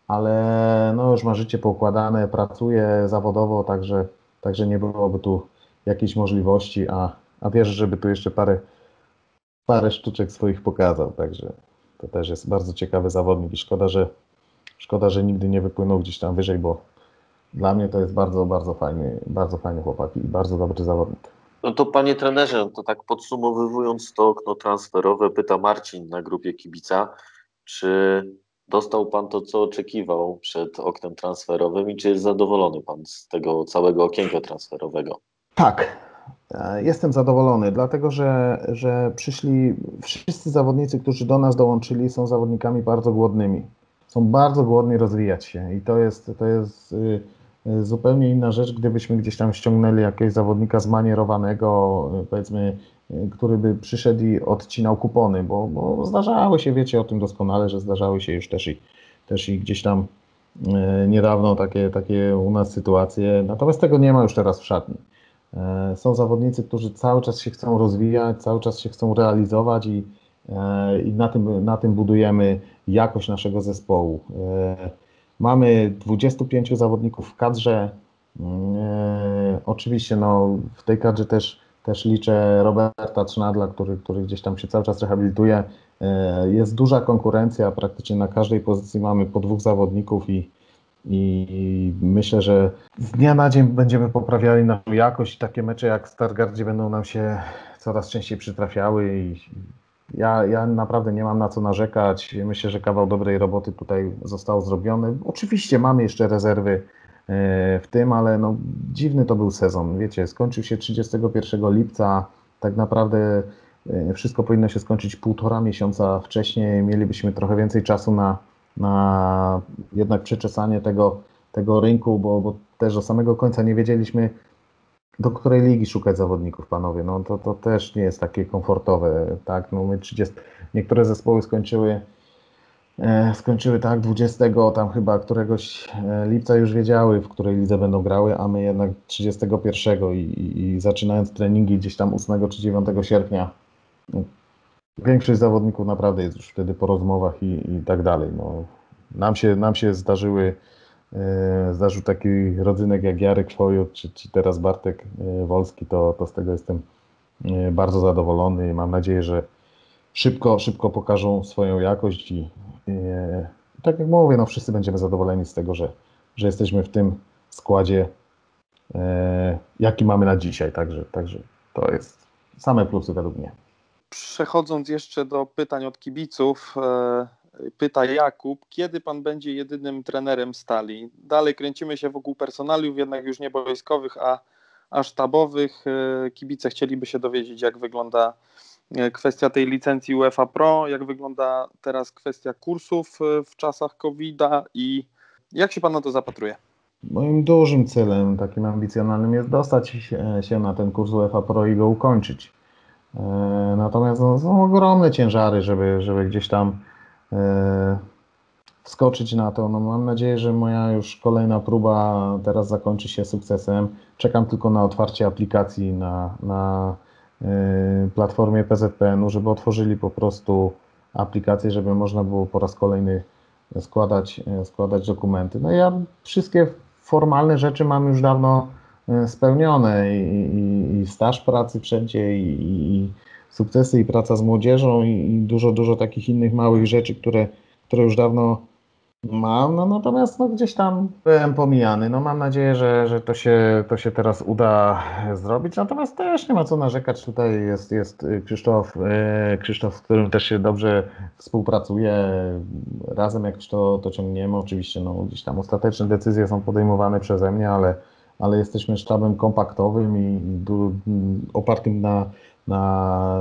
S4: ale no już ma życie poukładane, pracuje zawodowo, także, także nie byłoby tu jakiejś możliwości, a, a wierzę, żeby tu jeszcze parę, parę sztuczek swoich pokazał, także to też jest bardzo ciekawy zawodnik i szkoda, że, szkoda, że nigdy nie wypłynął gdzieś tam wyżej, bo dla mnie to jest bardzo, bardzo fajny, bardzo fajny chłopak i bardzo dobry zawodnik.
S2: No to panie trenerze, to tak podsumowując to okno transferowe, pyta Marcin na grupie Kibica, czy dostał pan to, co oczekiwał przed oknem transferowym i czy jest zadowolony pan z tego całego okienka transferowego?
S4: Tak, jestem zadowolony, dlatego że, że przyszli wszyscy zawodnicy, którzy do nas dołączyli, są zawodnikami bardzo głodnymi. Są bardzo głodni rozwijać się i to jest, to jest zupełnie inna rzecz, gdybyśmy gdzieś tam ściągnęli jakiegoś zawodnika zmanierowanego, powiedzmy, który by przyszedł i odcinał kupony, bo, bo zdarzały się, wiecie o tym doskonale, że zdarzały się już też i, też i gdzieś tam niedawno takie, takie u nas sytuacje, natomiast tego nie ma już teraz w szatni. Są zawodnicy, którzy cały czas się chcą rozwijać, cały czas się chcą realizować i, i na tym, na tym budujemy jakość naszego zespołu. Mamy dwudziestu pięciu zawodników w kadrze. Oczywiście no, w tej kadrze też, też liczę Roberta Trzynadla, który, który gdzieś tam się cały czas rehabilituje. Jest duża konkurencja, praktycznie na każdej pozycji mamy po dwóch zawodników i, i myślę, że z dnia na dzień będziemy poprawiali naszą jakość. Takie mecze jak w Stargardzie będą nam się coraz częściej przytrafiały i ja, ja naprawdę nie mam na co narzekać. Myślę, że kawał dobrej roboty tutaj został zrobiony. Oczywiście mamy jeszcze rezerwy w tym, ale no, dziwny to był sezon. Wiecie, skończył się trzydziestego pierwszego lipca. Tak naprawdę wszystko powinno się skończyć półtora miesiąca wcześniej. Mielibyśmy trochę więcej czasu na, na jednak przeczesanie tego, tego rynku, bo, bo też do samego końca nie wiedzieliśmy, do której ligi szukać zawodników, panowie. No to, to też nie jest takie komfortowe, tak? No my trzydzieści, niektóre zespoły skończyły e, skończyły tak dwudziestego tam chyba któregoś lipca już wiedziały, w której lidze będą grały, a my jednak trzydziestego pierwszego i, i, i zaczynając treningi gdzieś tam ósmego czy dziewiątego sierpnia. No, większość zawodników naprawdę jest już wtedy po rozmowach i, i tak dalej. No, nam się, nam się zdarzyły Zdarzył taki rodzynek jak Jarek Szojut, czy, czy teraz Bartek Wolski, to, to z tego jestem bardzo zadowolony i mam nadzieję, że szybko, szybko pokażą swoją jakość i, i tak jak mówię, no wszyscy będziemy zadowoleni z tego, że, że jesteśmy w tym składzie, e, jaki mamy na dzisiaj, także, także to jest same plusy według mnie.
S3: Przechodząc jeszcze do pytań od kibiców, e... pyta Jakub, kiedy pan będzie jedynym trenerem Stali? Dalej kręcimy się wokół personaliów, jednak już nie boiskowych, a, a sztabowych. Kibice chcieliby się dowiedzieć, jak wygląda kwestia tej licencji UEFA Pro, jak wygląda teraz kwestia kursów w czasach kowida i jak się pan na to zapatruje?
S4: Moim dużym celem, takim ambicjonalnym, jest dostać się na ten kurs UEFA Pro i go ukończyć. Natomiast no, są ogromne ciężary, żeby, żeby gdzieś tam wskoczyć na to. No, mam nadzieję, że moja już kolejna próba teraz zakończy się sukcesem. Czekam tylko na otwarcie aplikacji na, na y, platformie P Z P N u, żeby otworzyli po prostu aplikację, żeby można było po raz kolejny składać, składać dokumenty. No ja wszystkie formalne rzeczy mam już dawno spełnione i, i, i staż pracy wszędzie i, i sukcesy i praca z młodzieżą i, i dużo, dużo takich innych małych rzeczy, które, które już dawno mam, no natomiast no, gdzieś tam byłem pomijany. No mam nadzieję, że, że to, się, to się teraz uda zrobić, natomiast też nie ma co narzekać. Tutaj jest, jest Krzysztof, e, Krzysztof, z którym też się dobrze współpracuje. Razem jakoś to, to ciągniemy. Oczywiście no, gdzieś tam ostateczne decyzje są podejmowane przeze mnie, ale, ale jesteśmy sztabem kompaktowym i, i du, opartym na na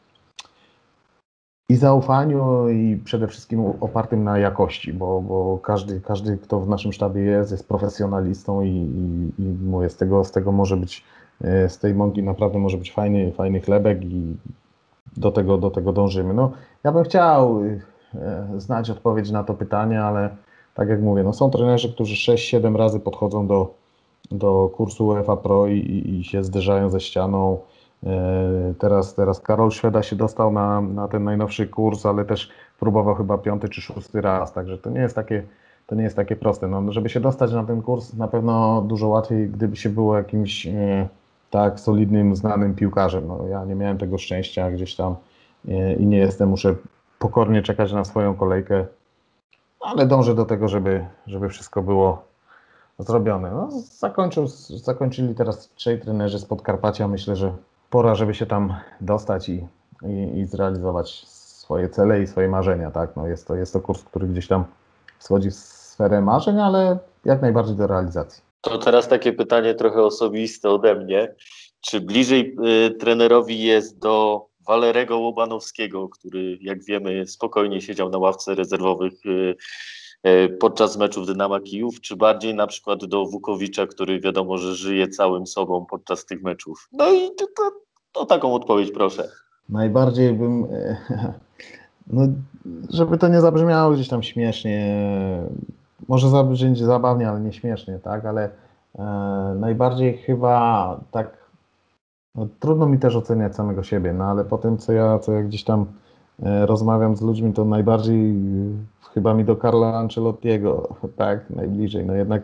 S4: i zaufaniu i przede wszystkim opartym na jakości, bo, bo każdy, każdy, kto w naszym sztabie jest, jest profesjonalistą i, i, i mówię, z tego, z tego może być, z tej mąki naprawdę może być fajny, fajny chlebek i do tego, do tego dążymy. No, ja bym chciał znać odpowiedź na to pytanie, ale tak jak mówię, no są trenerzy, którzy sześć siedem razy podchodzą do, do kursu UEFA Pro i, i, i się zderzają ze ścianą. Teraz, teraz Karol Szweda się dostał na, na ten najnowszy kurs, ale też próbował chyba piąty czy szósty raz, także to nie jest takie, to nie jest takie proste. No, żeby się dostać na ten kurs, na pewno dużo łatwiej, gdyby się było jakimś e, tak solidnym, znanym piłkarzem. No, ja nie miałem tego szczęścia gdzieś tam e, i nie jestem, muszę pokornie czekać na swoją kolejkę, ale dążę do tego, żeby, żeby wszystko było zrobione. No, zakończył, zakończyli teraz trzej trenerzy z Podkarpacia, myślę, że pora, żeby się tam dostać i, i, i zrealizować swoje cele i swoje marzenia, tak? No jest to, jest to kurs, który gdzieś tam wschodzi w sferę marzeń, ale jak najbardziej do realizacji.
S2: To teraz takie pytanie trochę osobiste ode mnie. Czy bliżej y, trenerowi jest do Walerego Łobanowskiego, który jak wiemy spokojnie siedział na ławce rezerwowych y, y, podczas meczów Dynama Kijów, czy bardziej na przykład do Wukowicza, który wiadomo, że żyje całym sobą podczas tych meczów? No i to, to, to taką odpowiedź proszę.
S4: Najbardziej bym, no, żeby to nie zabrzmiało gdzieś tam śmiesznie, może zabrzmieć zabawnie, ale nie śmiesznie, tak, ale e, najbardziej chyba tak, no, trudno mi też oceniać samego siebie, no ale po tym, co ja, co ja gdzieś tam e, rozmawiam z ludźmi, to najbardziej e, chyba mi do Carlo Ancelottiego, tak, najbliżej, no jednak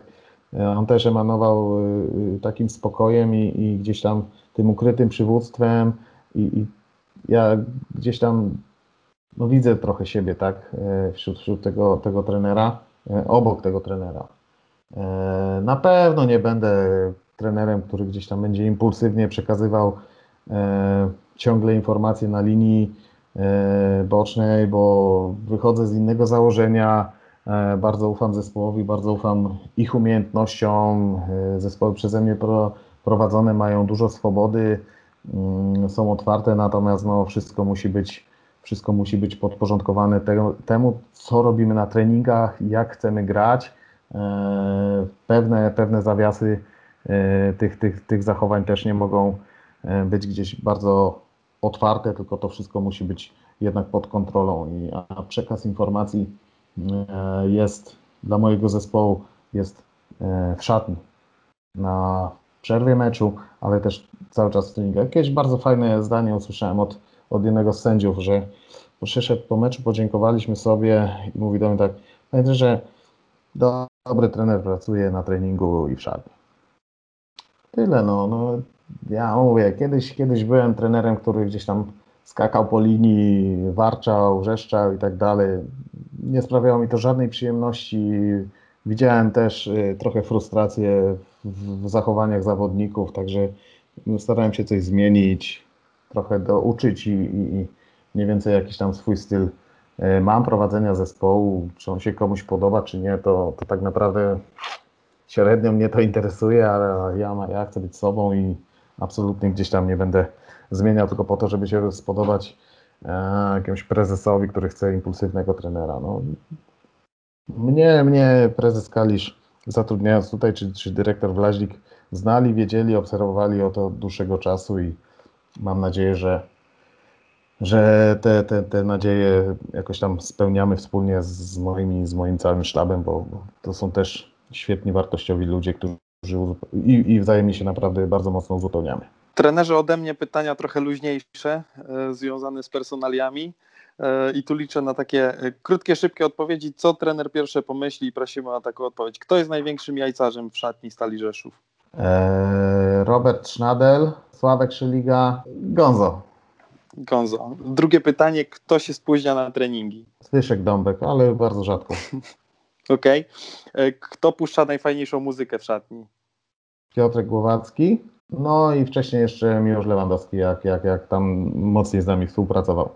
S4: On też emanował takim spokojem i, i gdzieś tam tym ukrytym przywództwem i, i ja gdzieś tam no widzę trochę siebie, tak, wśród, wśród tego, tego trenera, obok tego trenera. Na pewno nie będę trenerem, który gdzieś tam będzie impulsywnie przekazywał ciągle informacje na linii bocznej, bo wychodzę z innego założenia. Bardzo ufam zespołowi, bardzo ufam ich umiejętnościom. Zespoły przeze mnie prowadzone mają dużo swobody, są otwarte, natomiast no, wszystko musi być, wszystko musi być podporządkowane te, temu, co robimy na treningach, jak chcemy grać. Pewne, pewne zawiasy tych, tych, tych zachowań też nie mogą być gdzieś bardzo otwarte, tylko to wszystko musi być jednak pod kontrolą. I, a przekaz informacji jest dla mojego zespołu jest w szatni, na przerwie meczu, ale też cały czas w treningach. Jakieś bardzo fajne zdanie usłyszałem od, od jednego z sędziów, że przyszedł po meczu, podziękowaliśmy sobie i mówi do mnie tak, pamiętaj, że dobry trener pracuje na treningu i w szatni. Tyle, no, no ja mówię, kiedyś, kiedyś byłem trenerem, który gdzieś tam skakał po linii, warczał, wrzeszczał i tak dalej. Nie sprawiało mi to żadnej przyjemności. Widziałem też trochę frustrację w, w zachowaniach zawodników, także starałem się coś zmienić, trochę douczyć i, i, i mniej więcej jakiś tam swój styl mam prowadzenia zespołu. Czy on się komuś podoba, czy nie, to, to tak naprawdę średnio mnie to interesuje, ale ja, ja chcę być sobą i absolutnie gdzieś tam nie będę zmieniał tylko po to, żeby się spodobać e, jakiemuś prezesowi, który chce impulsywnego trenera. No, mnie, mnie prezes Kalisz, zatrudniając tutaj, czy, czy dyrektor Wlaźnik, znali, wiedzieli, obserwowali o to od dłuższego czasu i mam nadzieję, że, że te, te, te nadzieje jakoś tam spełniamy wspólnie z, z, moimi, z moim całym sztabem, bo, bo to są też świetni, wartościowi ludzie, którzy i, i wzajemnie się naprawdę bardzo mocno uzupełniamy.
S3: Trenerze, ode mnie pytania trochę luźniejsze, e, związane z personaliami e, i tu liczę na takie e, krótkie, szybkie odpowiedzi. Co trener pierwsze pomyśli i prosimy o taką odpowiedź. Kto jest największym jajcarzem w szatni Stali Rzeszów?
S4: Eee, Robert Schnadel, Sławek Szyliga, Gonzo.
S3: Gonzo. Drugie pytanie. Kto się spóźnia na treningi?
S4: Zbyszek Dąbek, ale bardzo rzadko.
S3: Okej. Okay. Kto puszcza najfajniejszą muzykę w szatni?
S4: Piotrek Głowacki. No i wcześniej jeszcze Miłosz Lewandowski, jak, jak, jak tam mocniej z nami współpracował.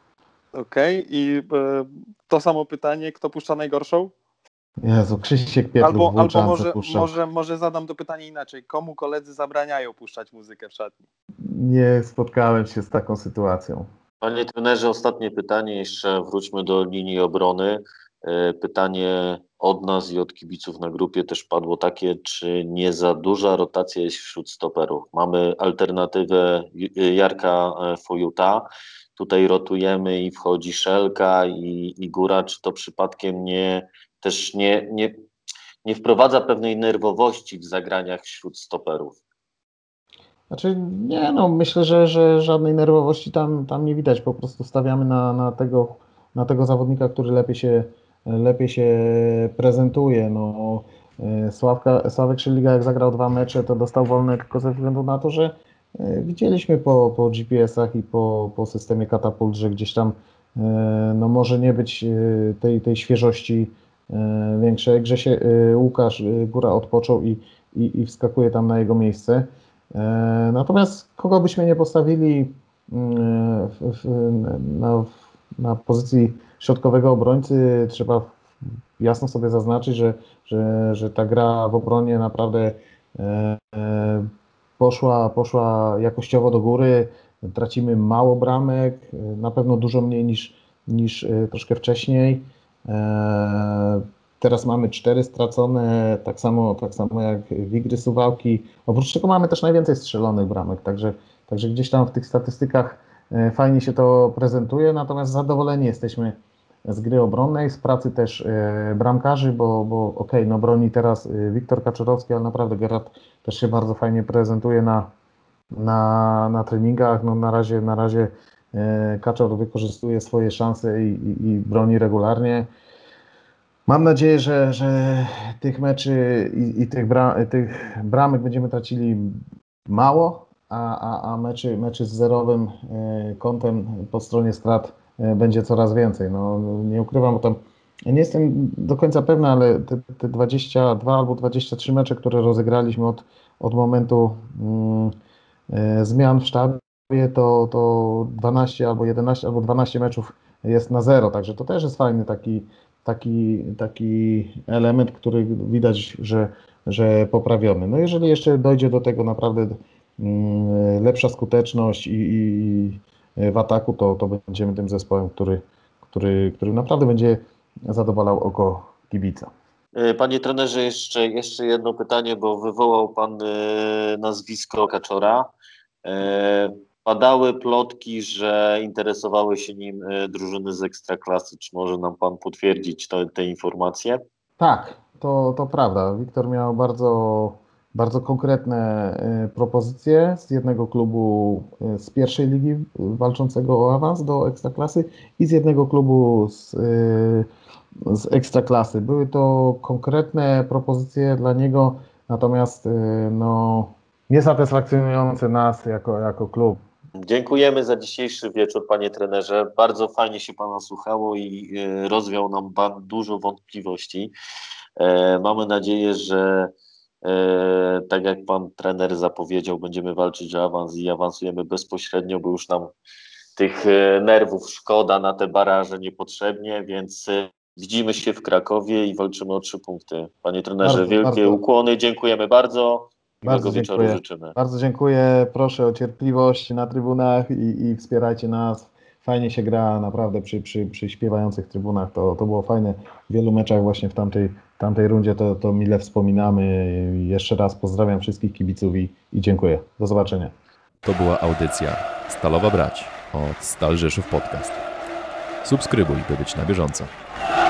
S3: Okej. Okay. I e, to samo pytanie. Kto puszcza najgorszą?
S4: Jezu, Krzysiek Pietrów
S3: Albo,
S4: w
S3: albo
S4: Włóczance
S3: może,
S4: puszczał.
S3: może, może zadam to pytanie inaczej. Komu koledzy zabraniają puszczać muzykę w szatni?
S4: Nie spotkałem się z taką sytuacją.
S2: Panie trenerze, ostatnie pytanie, jeszcze wróćmy do linii obrony. Pytanie od nas i od kibiców na grupie też padło takie, czy nie za duża rotacja jest wśród stoperów. Mamy alternatywę Jarka Fojuta, tutaj rotujemy i wchodzi Szelka i, i Góra, czy to przypadkiem nie, też nie, nie, nie wprowadza pewnej nerwowości w zagraniach wśród stoperów?
S4: Znaczy nie, no myślę, że, że żadnej nerwowości tam, tam nie widać, po prostu stawiamy na, na, tego, na tego zawodnika, który lepiej się, lepiej się prezentuje. No, Sławka, Sławek Szyliga jak zagrał dwa mecze, to dostał wolne tylko ze względu na to, że widzieliśmy po, po G P S-ach i po, po systemie katapult, że gdzieś tam no, może nie być tej, tej świeżości większej. Grzesie, Łukasz Góra odpoczął i, i, i wskakuje tam na jego miejsce. Natomiast kogo byśmy nie postawili w, w, na, na pozycji środkowego obrońcy, trzeba jasno sobie zaznaczyć, że, że, że ta gra w obronie naprawdę poszła, poszła jakościowo do góry. Tracimy mało bramek, na pewno dużo mniej niż, niż troszkę wcześniej. Teraz mamy cztery stracone, tak samo, tak samo jak Wigry, Suwałki. Oprócz tego mamy też najwięcej strzelonych bramek, także, także gdzieś tam w tych statystykach fajnie się to prezentuje, natomiast zadowoleni jesteśmy z gry obronnej, z pracy też bramkarzy, bo, bo okej, okay, no broni teraz Wiktor Kaczorowski, ale naprawdę Gerard też się bardzo fajnie prezentuje na, na, na treningach. No na razie, na razie Kaczor wykorzystuje swoje szanse i, i, i broni regularnie. Mam nadzieję, że, że tych meczy i, i tych, bra, tych bramek będziemy tracili mało, a, a, a meczy, meczy z zerowym e, kątem po stronie strat e, będzie coraz więcej. No, nie ukrywam, bo tam nie jestem do końca pewny, ale te, te dwadzieścia dwa albo dwadzieścia trzy mecze, które rozegraliśmy od, od momentu mm, e, zmian w sztabie, to, to dwanaście albo jedenaście albo dwanaście meczów jest na zero, także to też jest fajny taki, taki, taki element, który widać, że, że poprawiony. No jeżeli jeszcze dojdzie do tego naprawdę mm, lepsza skuteczność i, i w ataku, to, to będziemy tym zespołem, który, który, który naprawdę będzie zadowalał oko kibica.
S2: Panie trenerze, jeszcze, jeszcze jedno pytanie, bo wywołał Pan e, nazwisko Kaczora. E, Padały plotki, że interesowały się nim e, drużyny z Ekstraklasy. Czy może nam Pan potwierdzić to, te informacje?
S4: Tak, to, to prawda. Wiktor miał bardzo, bardzo konkretne y, propozycje z jednego klubu y, z pierwszej ligi y, walczącego o awans do Ekstraklasy i z jednego klubu z, y, z Ekstraklasy. Były to konkretne propozycje dla niego, natomiast y, no, niesatysfakcjonujące nas jako, jako klub.
S2: Dziękujemy za dzisiejszy wieczór, panie trenerze. Bardzo fajnie się pana słuchało i e, rozwiał nam pan dużo wątpliwości. E, Mamy nadzieję, że e, tak jak pan trener zapowiedział, będziemy walczyć o awans i awansujemy bezpośrednio, bo już nam tych e, nerwów szkoda na te baraże niepotrzebnie, więc e, widzimy się w Krakowie i walczymy o trzy punkty. Panie trenerze,
S4: Bardzo,
S2: wielkie
S4: bardzo.
S2: ukłony, dziękujemy bardzo. Miłego
S4: Bardzo
S2: wieczoru
S4: dziękuję.
S2: życzymy.
S4: Bardzo dziękuję. Proszę o cierpliwość na trybunach i, i wspierajcie nas. Fajnie się gra naprawdę przy, przy, przy śpiewających trybunach. To, to było fajne. W wielu meczach właśnie w tamtej, tamtej rundzie to, to mile wspominamy. Jeszcze raz pozdrawiam wszystkich kibiców i, i dziękuję. Do zobaczenia.
S1: To była audycja Stalowa Brać od Stal Rzeszów Podcast. Subskrybuj, by być na bieżąco.